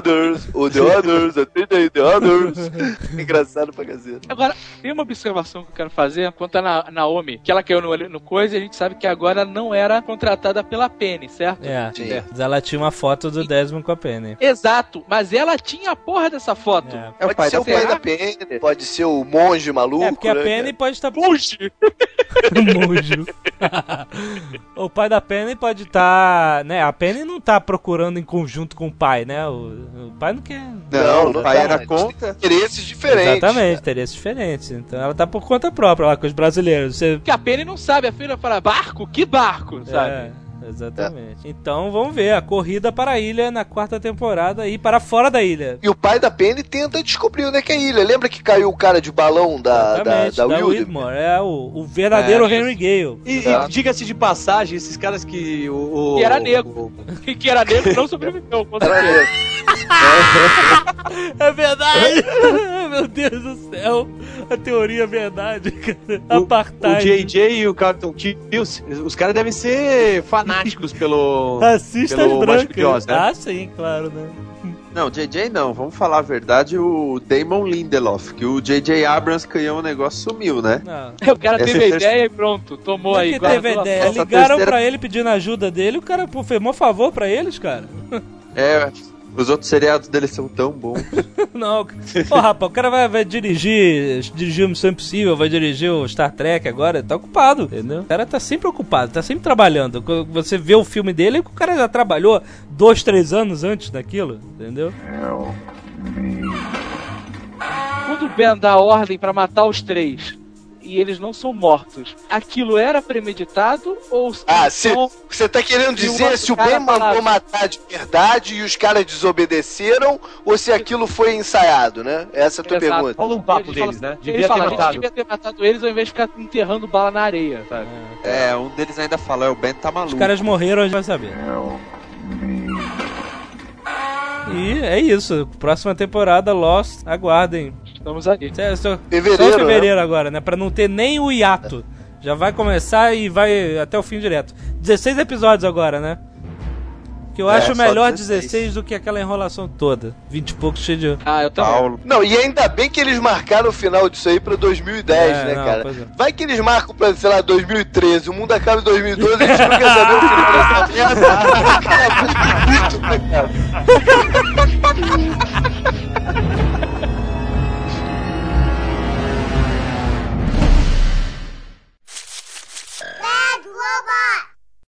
Speaker 3: atende aí, The Others. Engraçado pra caceta.
Speaker 6: Agora, tem uma observação que eu quero fazer quanto a Naomi, que ela caiu no coisa e a gente sabe que agora não era contratada pela Penny, certo?
Speaker 2: Sim. Ela tinha uma foto do Desmond com a Penny.
Speaker 6: Exato, mas ela tinha a porra dessa foto.
Speaker 3: Pode ser o pai da Penny, pode ser o monge maluco.
Speaker 2: Porque a Penny pode estar...
Speaker 6: Monge!
Speaker 2: Monge. O pai da Penny pode estar... né? A Penny não tá procurando em conjunto com o pai, né? O pai não quer...
Speaker 5: Não, o pai era contra.
Speaker 3: Interesses diferentes.
Speaker 2: Exatamente, interesses diferentes. Então ela tá por conta própria lá com os brasileiros.
Speaker 6: Porque a Penny não sabe, a filha fala, barco? Que barco? Sabe?
Speaker 2: Exatamente. Então vamos ver a corrida para a ilha na 4ª temporada e para fora da ilha.
Speaker 3: E o pai da Penny tenta descobrir onde é que é a ilha. Lembra que caiu o cara de balão da
Speaker 2: Widmore? É o verdadeiro Henry Gale.
Speaker 4: E diga-se de passagem, esses caras que
Speaker 6: que era negro. Que era negro não sobreviveu, com certeza.
Speaker 2: É verdade! Meu Deus do céu! A teoria é verdade, cara. Apartheid.
Speaker 4: O JJ e o Carlton Cuse, os caras devem ser fanáticos pelo
Speaker 2: racistas brancos.
Speaker 4: Né?
Speaker 2: Ah, sim, claro, né?
Speaker 5: Não, JJ não, vamos falar a verdade, o Damon Lindelof, que o JJ Abrams criou um negócio, sumiu, né?
Speaker 6: Não. O cara teve a ideia e pronto, tomou
Speaker 2: não
Speaker 6: aí.
Speaker 2: Que teve a ideia. Ligaram pra ele pedindo ajuda dele, o cara fez um favor pra eles, cara.
Speaker 5: Os outros seriados dele são tão bons.
Speaker 2: Não, rapaz, o cara vai dirigir o Missão Impossível, vai dirigir o Star Trek agora, tá ocupado, entendeu? O cara tá sempre ocupado, tá sempre trabalhando. Quando você vê o filme dele, o cara já trabalhou 2, 3 anos antes daquilo, entendeu?
Speaker 6: Quando o Ben dá a ordem pra matar os 3 e eles não são mortos, aquilo era premeditado ou...
Speaker 3: você tá querendo dizer se o Ben mandou matar de verdade e os caras desobedeceram ou se aquilo foi ensaiado, né? Essa é a tua pergunta.
Speaker 4: Rola um papo deles, né?
Speaker 6: Devia ter matado eles ao invés de ficar enterrando bala na areia, sabe?
Speaker 5: Um deles ainda fala, o Ben tá maluco.
Speaker 2: Os caras morreram, a gente vai saber. E é isso. Próxima temporada, Lost, aguardem.
Speaker 6: Estamos ali.
Speaker 2: Só fevereiro, né? Agora, né? Pra não ter nem o hiato. Já vai começar e vai até o fim direto. 16 episódios agora, né? Que eu acho melhor 16 do que aquela enrolação toda. 20 e pouco cheio de...
Speaker 6: eu também.
Speaker 3: Não, e ainda bem que eles marcaram o final disso aí pra 2010, né, cara? Vai que eles marcam pra, sei lá, 2013. O mundo acaba em 2012 e a gente não quer saber o final dessa merda.